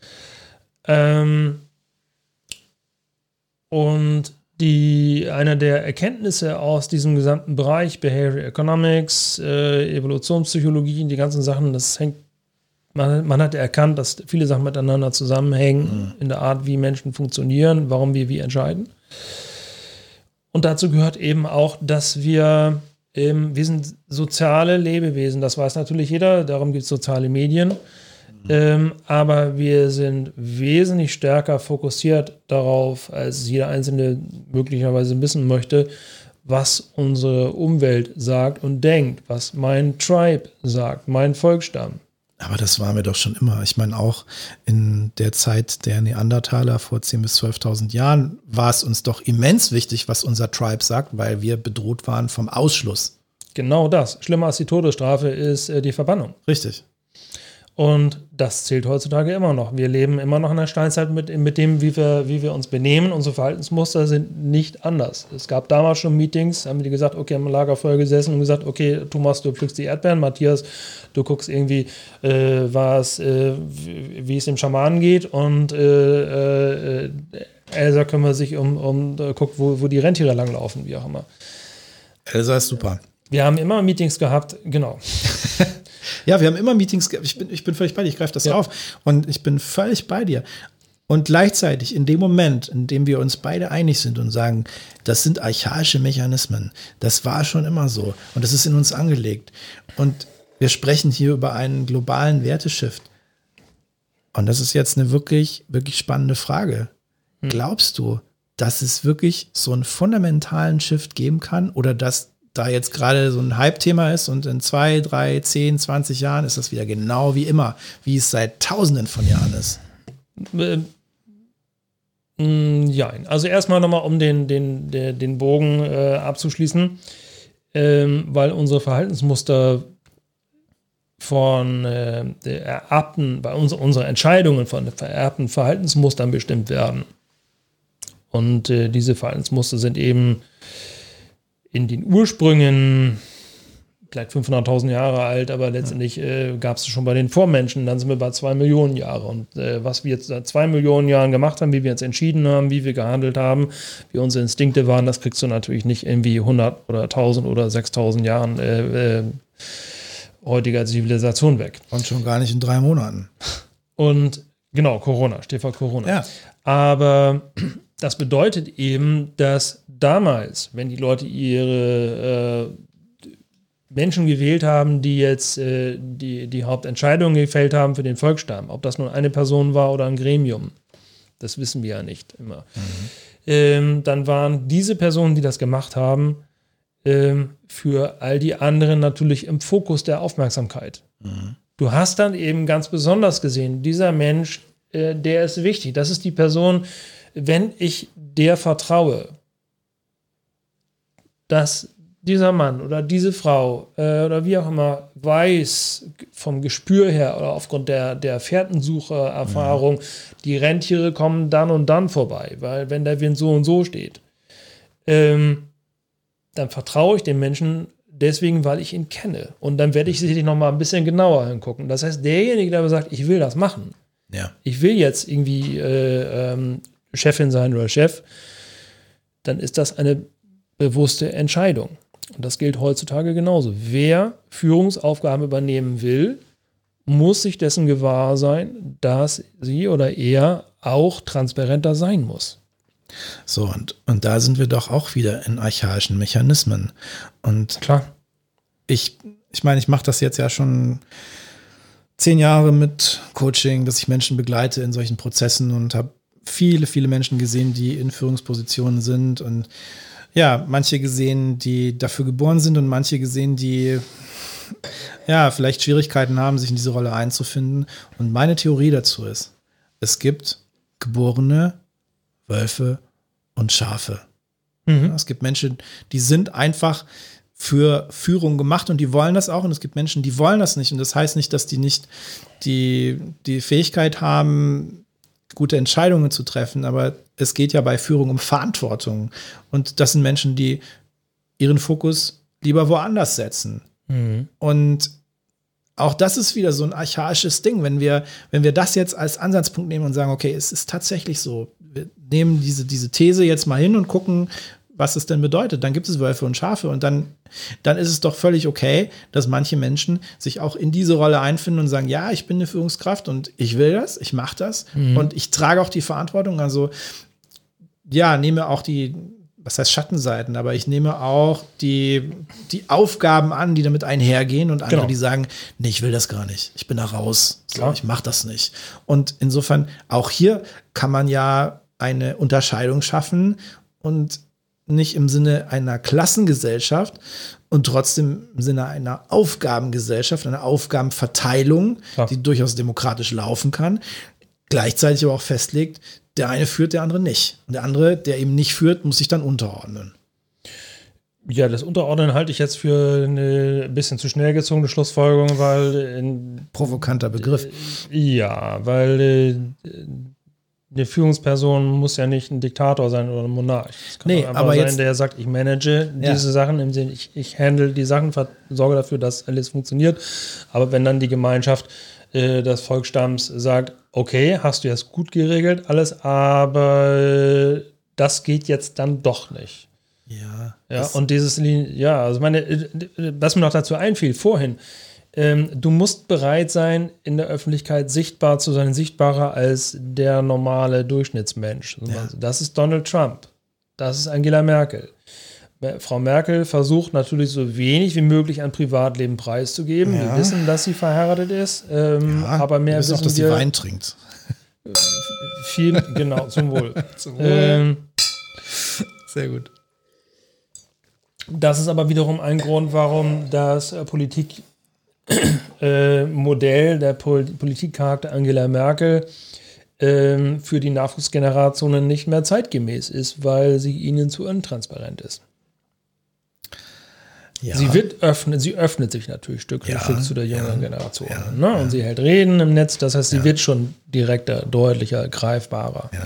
Und eine der Erkenntnisse aus diesem gesamten Bereich, Behavioral Economics, Evolutionspsychologie, die ganzen Sachen, man hat erkannt, dass viele Sachen miteinander zusammenhängen in der Art, wie Menschen funktionieren, warum wir wie entscheiden. Und dazu gehört eben auch, dass wir sind soziale Lebewesen, das weiß natürlich jeder, darum gibt es soziale Medien, aber wir sind wesentlich stärker fokussiert darauf, als jeder Einzelne möglicherweise wissen möchte, was unsere Umwelt sagt und denkt, was mein Tribe sagt, mein Volksstamm. Aber das waren wir doch schon immer. Ich meine, auch in der Zeit der Neandertaler vor 10.000 bis 12.000 Jahren war es uns doch immens wichtig, was unser Tribe sagt, weil wir bedroht waren vom Ausschluss. Genau das. Schlimmer als die Todesstrafe ist die Verbannung. Richtig. Und das zählt heutzutage immer noch. Wir leben immer noch in der Steinzeit mit dem, wie wir uns benehmen. Unsere Verhaltensmuster sind nicht anders. Es gab damals schon Meetings, haben die gesagt, okay, haben im Lagerfeuer gesessen und gesagt, okay, Thomas, du pflückst die Erdbeeren, Matthias, du guckst irgendwie, wie es dem Schamanen geht, und Elsa kümmert sich guckt, wo die Rentiere langlaufen, wie auch immer. Elsa ist super. Wir haben immer Meetings gehabt, genau. Ja, wir haben immer Meetings gehabt. Ich bin völlig bei dir, ich greife das auf. Und ich bin völlig bei dir. Und gleichzeitig in dem Moment, in dem wir uns beide einig sind und sagen, das sind archaische Mechanismen, das war schon immer so und das ist in uns angelegt. Und wir sprechen hier über einen globalen Werteshift. Und das ist jetzt eine wirklich, wirklich spannende Frage. Glaubst du, dass es wirklich so einen fundamentalen Shift geben kann oder dass da jetzt gerade so ein Hype-Thema ist und in 2, 3, 10, 20 Jahren ist das wieder genau wie immer, wie es seit Tausenden von Jahren ist? Ja, also erstmal nochmal, um den Bogen abzuschließen, weil unsere Verhaltensmuster von unsere Entscheidungen von vererbten Verhaltensmustern bestimmt werden. Und diese Verhaltensmuster sind eben in den Ursprüngen vielleicht 500.000 Jahre alt, aber letztendlich gab es schon bei den Vormenschen, dann sind wir bei 2 Millionen Jahre. Und was wir jetzt seit 2 Millionen Jahren gemacht haben, wie wir uns entschieden haben, wie wir gehandelt haben, wie unsere Instinkte waren, das kriegst du natürlich nicht irgendwie 100 oder 1000 oder 6000 Jahren heutiger Zivilisation weg. Und schon gar nicht in 3 Monaten. Und genau, Stichwort Corona. Ja. Aber das bedeutet eben, dass damals, wenn die Leute ihre Menschen gewählt haben, die jetzt die Hauptentscheidungen gefällt haben für den Volksstamm, ob das nun eine Person war oder ein Gremium, das wissen wir ja nicht immer, dann waren diese Personen, die das gemacht haben, für all die anderen natürlich im Fokus der Aufmerksamkeit. Du hast dann eben ganz besonders gesehen, dieser Mensch, der ist wichtig. Das ist die Person, wenn ich der vertraue, dass dieser Mann oder diese Frau oder wie auch immer weiß vom Gespür her oder aufgrund der Fährtensuchererfahrung, die Rentiere kommen dann und dann vorbei, weil wenn der Wind so und so steht, dann vertraue ich dem Menschen deswegen, weil ich ihn kenne. Und dann werde ich sicherlich noch mal ein bisschen genauer hingucken. Das heißt, derjenige, der aber sagt, ich will das machen, ich will jetzt irgendwie Chefin sein oder Chef, dann ist das eine bewusste Entscheidung. Und das gilt heutzutage genauso. Wer Führungsaufgaben übernehmen will, muss sich dessen gewahr sein, dass sie oder er auch transparenter sein muss. So, und da sind wir doch auch wieder in archaischen Mechanismen. Und klar. Ich meine, ich mache das jetzt ja schon 10 Jahre mit Coaching, dass ich Menschen begleite in solchen Prozessen und habe viele, viele Menschen gesehen, die in Führungspositionen sind und ja, manche gesehen, die dafür geboren sind und manche gesehen, die ja vielleicht Schwierigkeiten haben, sich in diese Rolle einzufinden. Und meine Theorie dazu ist, es gibt geborene Wölfe und Schafe. Ja, es gibt Menschen, die sind einfach für Führung gemacht und die wollen das auch. Und es gibt Menschen, die wollen das nicht. Und das heißt nicht, dass die nicht die Fähigkeit haben, gute Entscheidungen zu treffen, aber es geht ja bei Führung um Verantwortung. Und das sind Menschen, die ihren Fokus lieber woanders setzen. Und auch das ist wieder so ein archaisches Ding, wenn wir das jetzt als Ansatzpunkt nehmen und sagen, okay, es ist tatsächlich so, wir nehmen diese These jetzt mal hin und gucken, was es denn bedeutet. Dann gibt es Wölfe und Schafe und dann ist es doch völlig okay, dass manche Menschen sich auch in diese Rolle einfinden und sagen, ja, ich bin eine Führungskraft und ich will das, ich mache das und ich trage auch die Verantwortung. Also ja, nehme auch was heißt Schattenseiten, aber ich nehme auch die Aufgaben an, die damit einhergehen und andere, die sagen, nee, ich will das gar nicht, ich bin da raus, so, ich mache das nicht. Und insofern, auch hier kann man ja eine Unterscheidung schaffen und nicht im Sinne einer Klassengesellschaft und trotzdem im Sinne einer Aufgabengesellschaft, einer Aufgabenverteilung, die durchaus demokratisch laufen kann, gleichzeitig aber auch festlegt, der eine führt, der andere nicht. Und der andere, der eben nicht führt, muss sich dann unterordnen. Ja, das Unterordnen halte ich jetzt für eine bisschen zu schnell gezogene Schlussfolgerung, weil Provokanter Begriff. weil eine Führungsperson muss ja nicht ein Diktator sein oder ein Monarch. Es kann auch einfach sein, der sagt, ich manage diese Sachen, im Sinne, ich handle die Sachen, sorge dafür, dass alles funktioniert. Aber wenn dann die Gemeinschaft des Volksstamms sagt, okay, hast du jetzt gut geregelt, alles, aber das geht jetzt dann doch nicht. Ja, und also was mir noch dazu einfiel vorhin, du musst bereit sein, in der Öffentlichkeit sichtbar zu sein, sichtbarer als der normale Durchschnittsmensch. Ja. Das ist Donald Trump. Das ist Angela Merkel. Frau Merkel versucht natürlich so wenig wie möglich an Privatleben preiszugeben. Wir wissen, dass sie verheiratet ist, aber mehr wissen auch, dass sie Wein trinkt. Viel, genau, zum Wohl. Zum Wohl. Sehr gut. Das ist aber wiederum ein Grund, warum das Modell, der Politikcharakter Angela Merkel für die Nachwuchsgenerationen nicht mehr zeitgemäß ist, weil sie ihnen zu intransparent ist. Ja. Sie öffnet sich natürlich Stück für Stück zu der jüngeren Generation. Ja, ne? Und sie hält Reden im Netz, das heißt, sie wird schon direkter, deutlicher, greifbarer. Ja.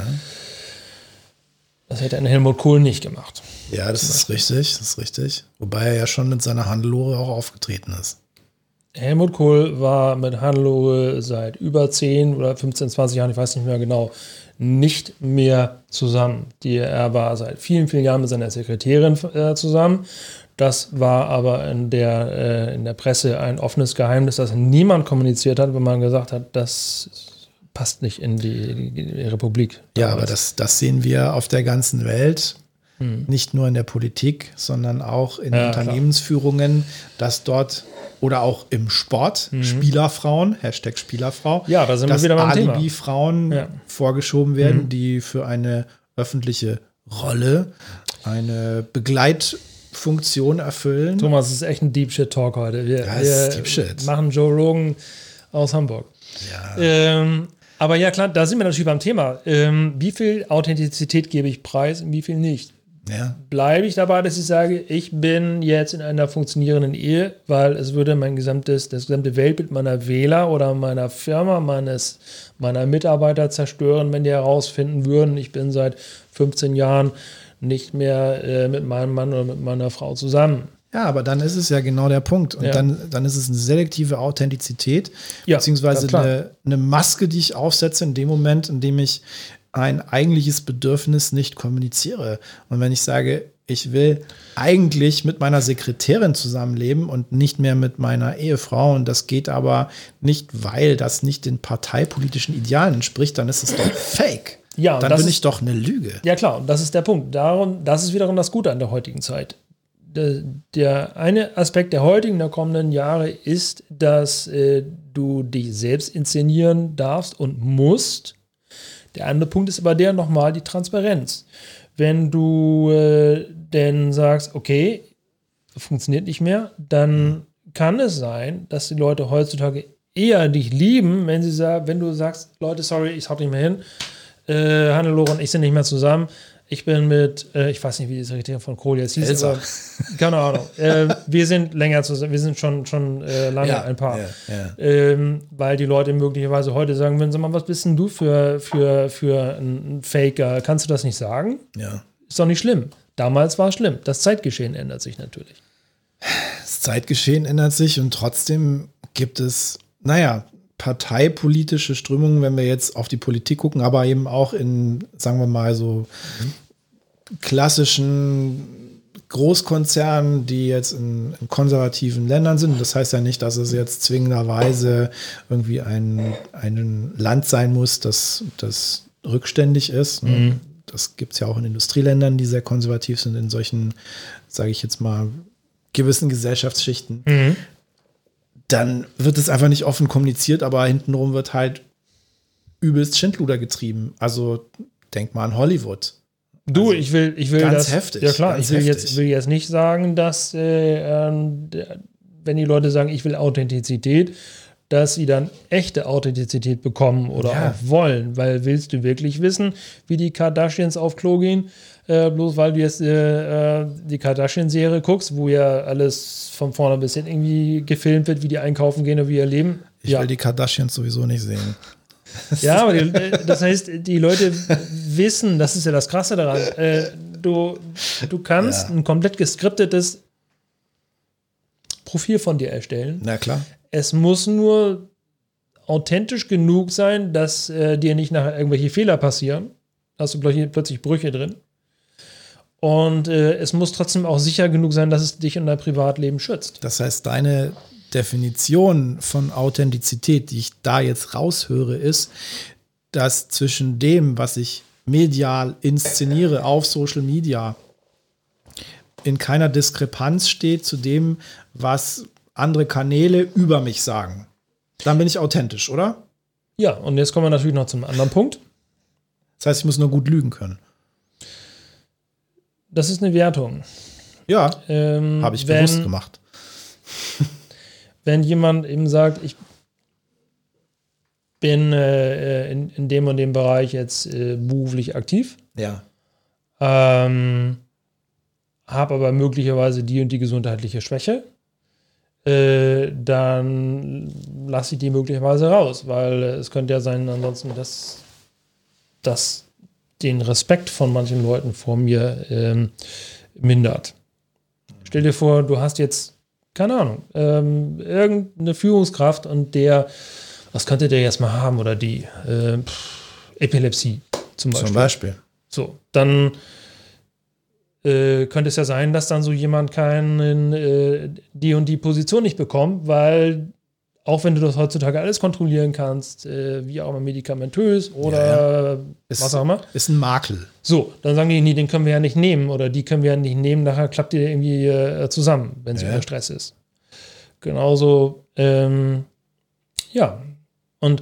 Das hätte ein Helmut Kohl nicht gemacht. Ja, das ist richtig. Wobei er ja schon mit seiner Hannelore auch aufgetreten ist. Helmut Kohl war mit Hannelore seit über 10 oder 15, 20 Jahren, ich weiß nicht mehr genau, nicht mehr zusammen. Er war seit vielen, vielen Jahren mit seiner Sekretärin zusammen. Das war aber in der Presse ein offenes Geheimnis, das niemand kommuniziert hat, wenn man gesagt hat, das passt nicht in die Republik. Ja, aber das sehen wir auf der ganzen Welt. Nicht nur in der Politik, sondern auch in Unternehmensführungen, dass dort oder auch im Sport Spielerfrauen, #Spielerfrau, da sind wir wieder beim Thema. Alibi-Frauen vorgeschoben werden, die für eine öffentliche Rolle eine Begleitfunktion erfüllen. Thomas, das ist echt ein Deep Shit Talk heute. Wir Deep Shit. Machen Joe Rogan aus Hamburg. Ja. Aber ja, klar, da sind wir natürlich beim Thema. Wie viel Authentizität gebe ich preis und wie viel nicht? Ja. Bleibe ich dabei, dass ich sage, ich bin jetzt in einer funktionierenden Ehe, weil es würde das gesamte Weltbild meiner Wähler oder meiner Firma, meiner Mitarbeiter zerstören, wenn die herausfinden würden, ich bin seit 15 Jahren nicht mehr mit meinem Mann oder mit meiner Frau zusammen. Ja, aber dann ist es ja genau der Punkt. Und dann ist es eine selektive Authentizität, beziehungsweise eine Maske, die ich aufsetze in dem Moment, in dem ich ein eigentliches Bedürfnis nicht kommuniziere. Und wenn ich sage, ich will eigentlich mit meiner Sekretärin zusammenleben und nicht mehr mit meiner Ehefrau, und das geht aber nicht, weil das nicht den parteipolitischen Idealen entspricht, dann ist es doch fake. Ja, dann bin ich doch eine Lüge. Ja klar, und das ist der Punkt. Das ist wiederum das Gute an der heutigen Zeit. Der eine Aspekt der kommenden Jahre ist, dass du dich selbst inszenieren darfst und musst. Der andere Punkt ist aber nochmal die Transparenz. Wenn du denn sagst, okay, funktioniert nicht mehr, dann kann es sein, dass die Leute heutzutage eher dich lieben, wenn du sagst, Leute, sorry, ich hau nicht mehr hin, Hannelore und ich sind nicht mehr zusammen. Ich bin ich weiß nicht, wie die Sekretärin von Kohl jetzt hieß, aber keine Ahnung. Wir sind länger zusammen, wir sind schon lange ein Paar. Weil die Leute möglicherweise heute sagen würden, sag mal, was bist denn du für ein Faker? Kannst du das nicht sagen? Ja. Ist doch nicht schlimm. Damals war es schlimm. Das Zeitgeschehen ändert sich natürlich. Das Zeitgeschehen ändert sich und trotzdem gibt es, parteipolitische Strömungen, wenn wir jetzt auf die Politik gucken, aber eben auch in, sagen wir mal, so klassischen Großkonzernen, die jetzt in konservativen Ländern sind. Das heißt ja nicht, dass es jetzt zwingenderweise irgendwie ein Land sein muss, das rückständig ist. Mhm. Das gibt es ja auch in Industrieländern, die sehr konservativ sind, in solchen, sage ich jetzt mal, gewissen Gesellschaftsschichten. Mhm. Dann wird es einfach nicht offen kommuniziert, aber hintenrum wird halt übelst Schindluder getrieben. Also denk mal an Hollywood. Du, ich will ganz das, heftig. Ja klar, ich will jetzt nicht sagen, dass wenn die Leute sagen, ich will Authentizität, dass sie dann echte Authentizität bekommen oder auch wollen. Weil willst du wirklich wissen, wie die Kardashians auf Klo gehen? Bloß weil du jetzt die Kardashian-Serie guckst, wo ja alles von vorne bis hin irgendwie gefilmt wird, wie die einkaufen gehen und wie ihr leben. Ich will die Kardashians sowieso nicht sehen. Ja, aber das heißt, die Leute wissen, das ist ja das Krasse daran, du kannst ein komplett geskriptetes Profil von dir erstellen. Na klar. Es muss nur authentisch genug sein, dass dir nicht nachher irgendwelche Fehler passieren. Da hast du plötzlich Brüche drin. Und es muss trotzdem auch sicher genug sein, dass es dich und dein Privatleben schützt. Das heißt, deine Definition von Authentizität, die ich da jetzt raushöre, ist, dass zwischen dem, was ich medial inszeniere auf Social Media, in keiner Diskrepanz steht zu dem, was andere Kanäle über mich sagen. Dann bin ich authentisch, oder? Ja, und jetzt kommen wir natürlich noch zum anderen Punkt. Das heißt, ich muss nur gut lügen können. Das ist eine Wertung. Ja, habe ich bewusst gemacht. Wenn jemand eben sagt, ich bin in dem und dem Bereich jetzt beruflich aktiv, ja, habe aber möglicherweise die und die gesundheitliche Schwäche, dann lasse ich die möglicherweise raus, weil es könnte ja sein, ansonsten, dass den Respekt von manchen Leuten vor mir mindert. Stell dir vor, du hast jetzt, keine Ahnung, irgendeine Führungskraft und was könnte der jetzt mal haben oder die Epilepsie zum Beispiel. So, dann könnte es ja sein, dass dann so jemand die und die Position nicht bekommt, weil auch wenn du das heutzutage alles kontrollieren kannst, wie auch immer medikamentös oder was auch immer. Ist ein Makel. So, dann sagen die, nee, den können wir ja nicht nehmen oder die können wir ja nicht nehmen, nachher klappt die irgendwie zusammen, wenn sie unter Stress ist. Genauso, und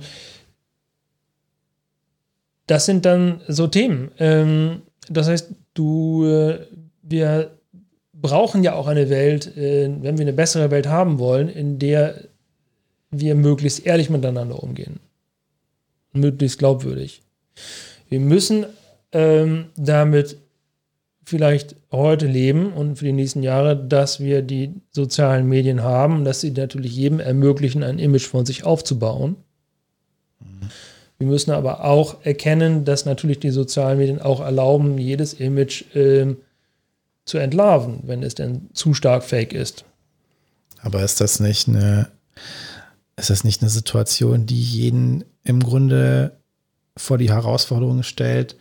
das sind dann so Themen. Das heißt, wir brauchen ja auch eine Welt, wenn wir eine bessere Welt haben wollen, in der wir möglichst ehrlich miteinander umgehen. Möglichst glaubwürdig. Wir müssen damit vielleicht heute leben und für die nächsten Jahre, dass wir die sozialen Medien haben, dass sie natürlich jedem ermöglichen, ein Image von sich aufzubauen. Wir müssen aber auch erkennen, dass natürlich die sozialen Medien auch erlauben, jedes Image zu entlarven, wenn es denn zu stark fake ist. Aber ist das nicht eine Situation, die jeden im Grunde vor die Herausforderung stellt,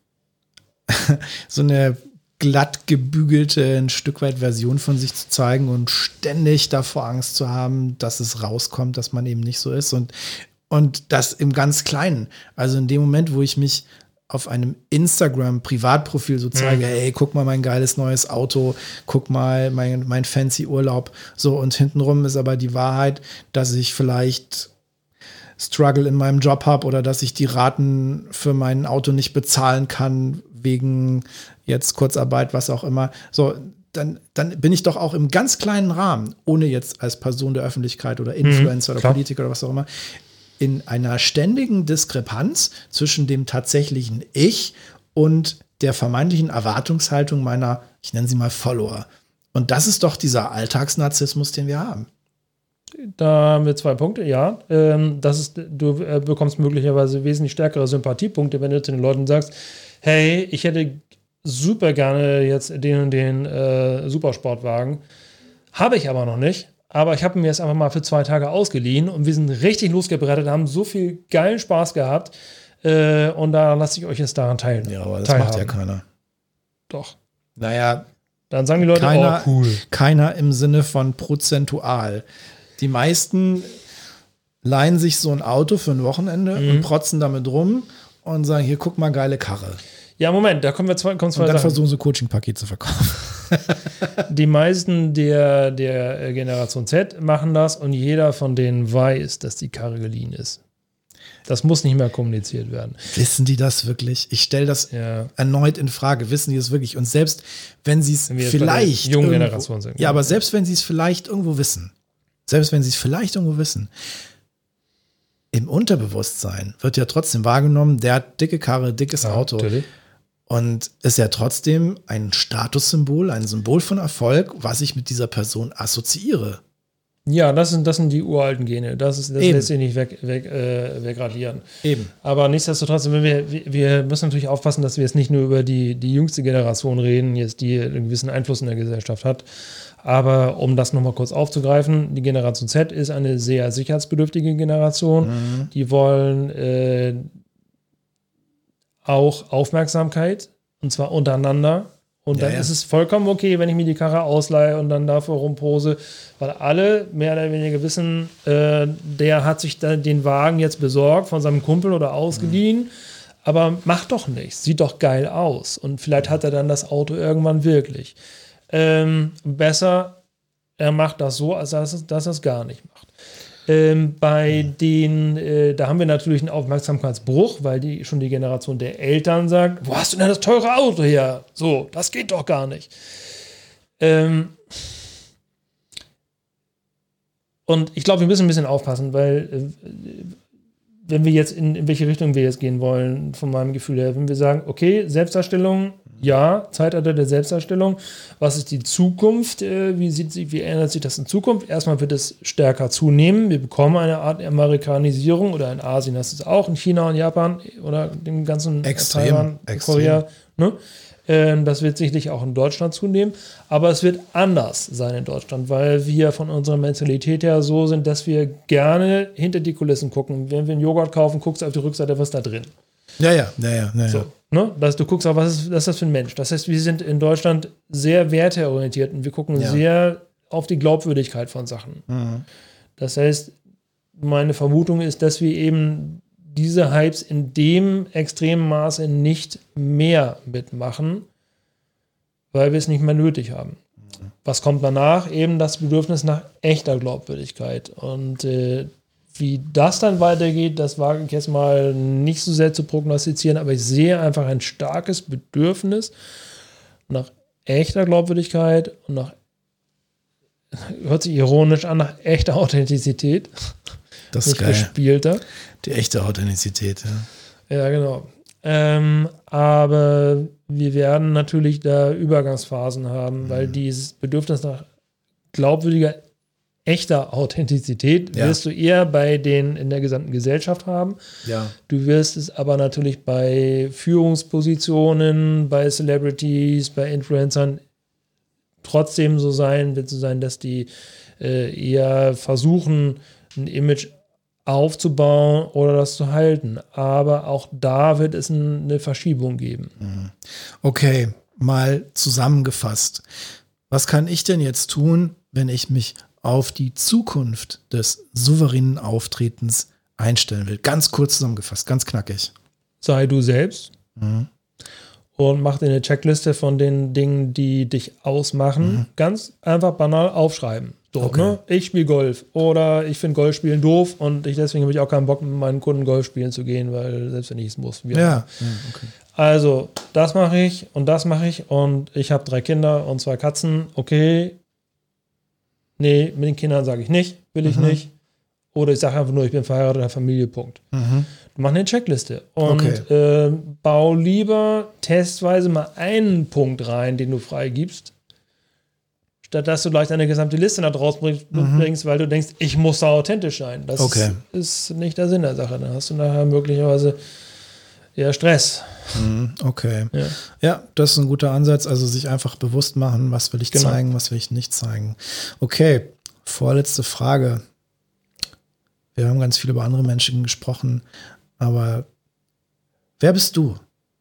so eine glatt gebügelte, ein Stück weit Version von sich zu zeigen und ständig davor Angst zu haben, dass es rauskommt, dass man eben nicht so ist und das im ganz Kleinen. Also in dem Moment, wo ich mich auf einem Instagram-Privatprofil so zeige, hey, guck mal mein geiles neues Auto, guck mal mein fancy Urlaub, so, und hintenrum ist aber die Wahrheit, dass ich vielleicht Struggle in meinem Job habe oder dass ich die Raten für mein Auto nicht bezahlen kann, wegen jetzt Kurzarbeit, was auch immer. So, dann bin ich doch auch im ganz kleinen Rahmen, ohne jetzt als Person der Öffentlichkeit oder Influencer oder Politiker oder was auch immer, in einer ständigen Diskrepanz zwischen dem tatsächlichen Ich und der vermeintlichen Erwartungshaltung meiner, ich nenne sie mal Follower. Und das ist doch dieser Alltagsnarzissmus, den wir haben. Da haben wir 2 Punkte, ja. Du bekommst möglicherweise wesentlich stärkere Sympathiepunkte, wenn du zu den Leuten sagst, hey, ich hätte super gerne jetzt den und den Supersportwagen, habe ich aber noch nicht. Aber ich habe mir jetzt einfach mal für 2 Tage ausgeliehen und wir sind richtig losgebrettet, haben so viel geilen Spaß gehabt und da lasse ich euch jetzt daran teilhaben. Ja, aber das macht ja keiner. Doch. Naja, dann sagen die Leute, cool. Keiner im Sinne von prozentual. Die meisten leihen sich so ein Auto für ein Wochenende und protzen damit rum und sagen, hier, guck mal, geile Karre. Ja, Moment, da kommen zwei Und dann Sachen. versuchen sie Coaching-Paket zu verkaufen. Die meisten der Generation Z machen das und jeder von denen weiß, dass die Karre geliehen ist. Das muss nicht mehr kommuniziert werden. Wissen die das wirklich? Ich stelle das erneut in Frage. Wissen die das wirklich? Und selbst wenn sie es vielleicht jungen Generation sind. Ja, aber selbst wenn sie es vielleicht irgendwo wissen, im Unterbewusstsein wird ja trotzdem wahrgenommen, der hat dicke Karre, dickes Auto. Natürlich. Und ist ja trotzdem ein Statussymbol, ein Symbol von Erfolg, was ich mit dieser Person assoziiere. Ja, das sind die uralten Gene. Das Eben. lässt sich nicht wegradieren. Eben. Aber nichtsdestotrotz, wir müssen natürlich aufpassen, dass wir jetzt nicht nur über die jüngste Generation reden, jetzt die einen gewissen Einfluss in der Gesellschaft hat. Aber um das nochmal kurz aufzugreifen, die Generation Z ist eine sehr sicherheitsbedürftige Generation. Die wollen auch Aufmerksamkeit, und zwar untereinander. Und dann ist es vollkommen okay, wenn ich mir die Karre ausleihe und dann dafür rumpose, weil alle mehr oder weniger wissen, der hat sich dann den Wagen jetzt besorgt von seinem Kumpel oder ausgeliehen, aber macht doch nichts, sieht doch geil aus. Und vielleicht hat er dann das Auto irgendwann wirklich. Besser, er macht das so, als dass er es gar nicht macht. Bei denen, da haben wir natürlich einen Aufmerksamkeitsbruch, weil die Generation der Eltern sagt, wo hast du denn das teure Auto her? So, das geht doch gar nicht. Und ich glaube, wir müssen ein bisschen aufpassen, weil wenn wir jetzt in welche Richtung wir jetzt gehen wollen, von meinem Gefühl her, wenn wir sagen, okay, Selbstdarstellung, ja, Zeitalter der Selbstdarstellung, was ist die Zukunft, wie ändert sich das in Zukunft? Erstmal wird es stärker zunehmen, wir bekommen eine Art Amerikanisierung, oder in Asien hast du es auch, in China und Japan oder dem ganzen Taiwan, Korea, ne? Das wird sicherlich auch in Deutschland zunehmen, aber es wird anders sein in Deutschland, weil wir von unserer Mentalität her so sind, dass wir gerne hinter die Kulissen gucken. Wenn wir einen Joghurt kaufen, guckst du auf die Rückseite, was ist da drin. Ja. So, ne? Du guckst auch, was ist das für ein Mensch. Das heißt, wir sind in Deutschland sehr werteorientiert und wir gucken sehr auf die Glaubwürdigkeit von Sachen. Das heißt, meine Vermutung ist, dass wir eben diese Hypes in dem extremen Maße nicht mehr mitmachen, weil wir es nicht mehr nötig haben. Was kommt danach? Eben das Bedürfnis nach echter Glaubwürdigkeit. Und wie das dann weitergeht, das wage ich jetzt mal nicht so sehr zu prognostizieren, aber ich sehe einfach ein starkes Bedürfnis nach echter Glaubwürdigkeit und nach, hört sich ironisch an, nach echter Authentizität. Das ist nicht geil. Gespielter. Die echte Authentizität, ja. Ja, genau. Aber wir werden natürlich da Übergangsphasen haben, weil dieses Bedürfnis nach glaubwürdiger, echter Authentizität wirst du eher bei denen in der gesamten Gesellschaft haben. Ja. Du wirst es aber natürlich bei Führungspositionen, bei Celebrities, bei Influencern trotzdem so sein, dass die eher versuchen, ein Image aufzubauen oder das zu halten. Aber auch da wird es eine Verschiebung geben. Okay, mal zusammengefasst. Was kann ich denn jetzt tun, wenn ich mich auf die Zukunft des souveränen Auftretens einstellen will? Ganz kurz zusammengefasst, ganz knackig. Sei du selbst und mach dir eine Checkliste von den Dingen, die dich ausmachen. Ganz einfach banal aufschreiben. So, Okay. ne? Ich spiele Golf oder ich finde Golfspielen doof und deswegen habe ich auch keinen Bock, mit meinen Kunden Golf spielen zu gehen, weil selbst wenn ich es muss. Okay. Also, das mache ich und ich habe 3 Kinder und 2 Katzen. Okay. Nee, mit den Kindern sage ich nicht, will ich nicht. Oder ich sage einfach nur, ich bin verheiratet, habe Familie, Punkt. Mach eine Checkliste und bau lieber testweise mal einen Punkt rein, den du freigibst, statt dass du gleich deine gesamte Liste da draus bringst, weil du denkst, ich muss da authentisch sein. Das ist nicht der Sinn der Sache. Dann hast du nachher möglicherweise eher Stress. Okay. Ja, das ist ein guter Ansatz. Also sich einfach bewusst machen, was will ich zeigen, was will ich nicht zeigen. Okay, vorletzte Frage. Wir haben ganz viel über andere Menschen gesprochen, aber wer bist du?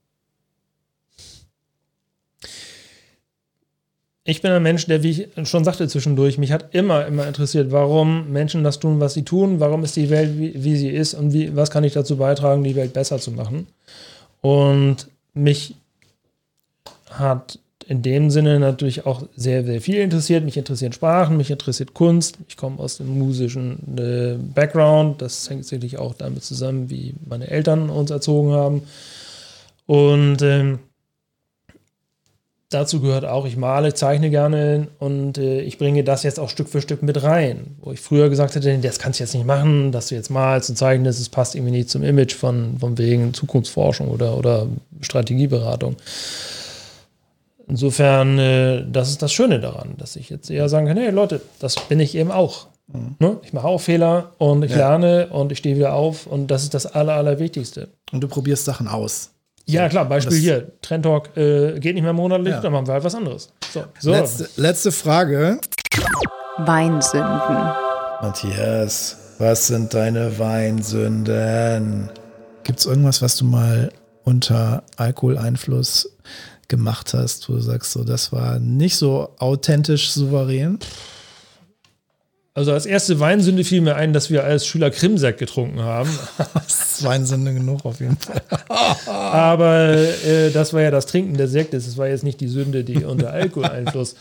Ich bin ein Mensch, der, wie ich schon sagte zwischendurch, mich hat immer interessiert, warum Menschen das tun, was sie tun, warum ist die Welt, wie sie ist und was kann ich dazu beitragen, die Welt besser zu machen. Und mich hat in dem Sinne natürlich auch sehr, sehr viel interessiert. Mich interessieren Sprachen, mich interessiert Kunst. Ich komme aus dem musischen Background. Das hängt sicherlich auch damit zusammen, wie meine Eltern uns erzogen haben. Und dazu gehört auch, ich male, zeichne gerne und ich bringe das jetzt auch Stück für Stück mit rein. Wo ich früher gesagt hätte, das kannst du jetzt nicht machen, dass du jetzt malst und zeichnest, es passt irgendwie nicht zum Image von wegen Zukunftsforschung oder Strategieberatung. Insofern, das ist das Schöne daran, dass ich jetzt eher sagen kann, hey Leute, das bin ich eben auch. Ne? Ich mache auch Fehler und ich lerne und ich stehe wieder auf und das ist das Allerwichtigste. Und du probierst Sachen aus. Ja, klar, Beispiel hier, Trend Talk geht nicht mehr monatlich, dann machen wir halt was anderes. So. Letzte Frage. Weinsünden. Matthias, was sind deine Weinsünden? Gibt es irgendwas, was du mal unter Alkoholeinfluss gemacht hast, wo du sagst, so, das war nicht so authentisch souverän? Also als erste Weinsünde fiel mir ein, dass wir als Schüler Krimsekt getrunken haben. Das ist Weinsünde genug auf jeden Fall. Aber das war ja das Trinken des Sektes. Das war jetzt nicht die Sünde, die unter Alkoholeinfluss.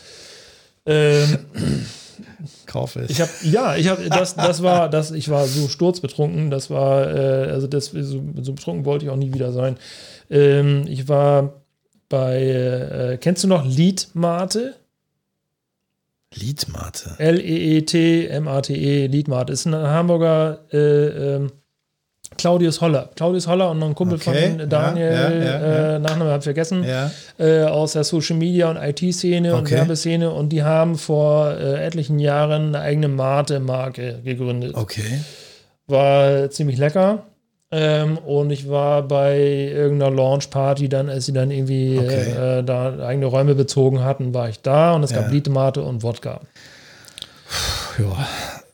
Kaufe ich. Ich war so sturzbetrunken. Das war, so betrunken wollte ich auch nie wieder sein. Ich war bei, kennst du noch Liedmate? Liedmate. Leetmate, Liedmate. Ist ein Hamburger Claudius Holler. Claudius Holler und noch ein Kumpel von Daniel, Nachname habe ich vergessen, aus der Social Media und IT-Szene und Werbeszene. Und die haben vor etlichen Jahren eine eigene Mate-Marke gegründet. Okay. War ziemlich lecker. Und ich war bei irgendeiner Launch-Party dann, als sie dann irgendwie da eigene Räume bezogen hatten, war ich da und es gab Liedmate und Wodka. Ja.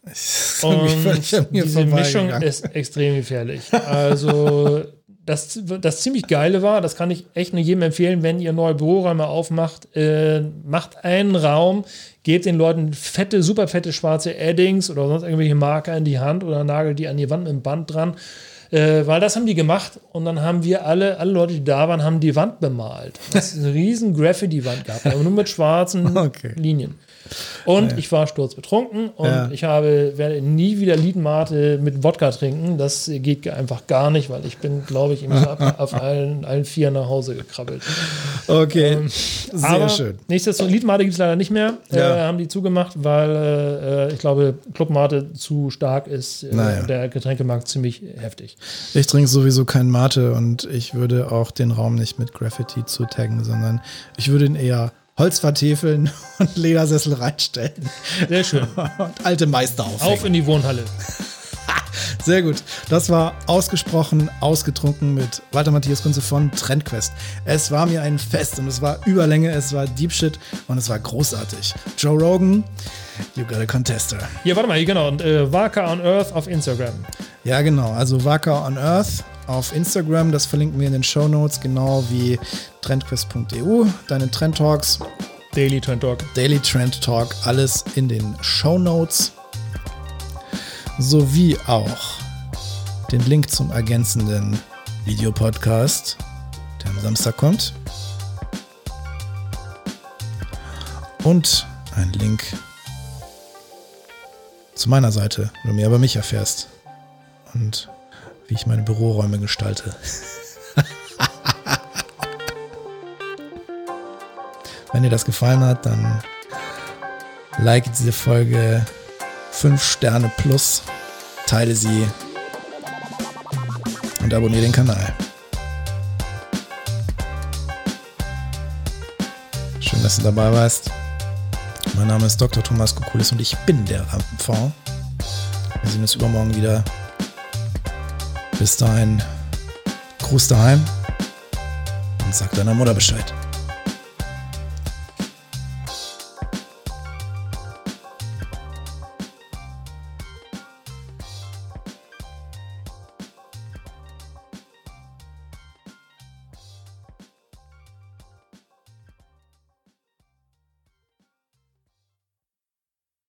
Diese Mischung ist extrem gefährlich. Also das ziemlich Geile war, das kann ich echt nur jedem empfehlen, wenn ihr neue Büroräume aufmacht, macht einen Raum, gebt den Leuten super fette schwarze Eddings oder sonst irgendwelche Marker in die Hand oder nagelt die an die Wand mit dem Band dran. Weil das haben die gemacht und dann haben wir alle Leute, die da waren, haben die Wand bemalt. Das ist eine riesen Graffiti-Wand gehabt, aber nur mit schwarzen Linien. Und ich war sturzbetrunken und ich werde nie wieder Liedmate mit Wodka trinken. Das geht einfach gar nicht, weil ich bin, glaube ich, auf allen vier nach Hause gekrabbelt. Okay, sehr schön. Nichtsdestotrotz, Liedmate gibt es leider nicht mehr. Haben die zugemacht, weil ich glaube, Clubmate zu stark ist. Der Getränkemarkt ziemlich heftig. Ich trinke sowieso kein Mate und ich würde auch den Raum nicht mit Graffiti zutaggen, sondern ich würde ihn eher Holz vertäfeln und Ledersessel reinstellen. Sehr schön. Und alte Meister aufhängen. Auf in die Wohnhalle. Sehr gut. Das war ausgesprochen ausgetrunken mit Walter Matthias Kunze von Trendquest. Es war mir ein Fest und es war Überlänge, es war Deep Shit und es war großartig. Joe Rogan, you got a contester. Ja, warte mal, genau. Und Waka on Earth auf Instagram. Ja, genau. Also Waka on Earth auf Instagram, das verlinken wir in den Shownotes, genau wie trendquest.eu, deine Trend Talks. Daily Trend Talk. Daily Trend Talk, alles in den Shownotes. Sowie auch den Link zum ergänzenden Videopodcast, der am Samstag kommt. Und ein Link zu meiner Seite, wo du mehr über mich erfährst. Und wie ich meine Büroräume gestalte. Wenn dir das gefallen hat, dann like diese Folge 5 Sterne plus, teile sie und abonniere den Kanal. Schön, dass du dabei warst. Mein Name ist Dr. Thomas Kokulis und ich bin der Rampenfonds. Wir sehen uns übermorgen wieder. Bis dahin, Gruß daheim und sag deiner Mutter Bescheid.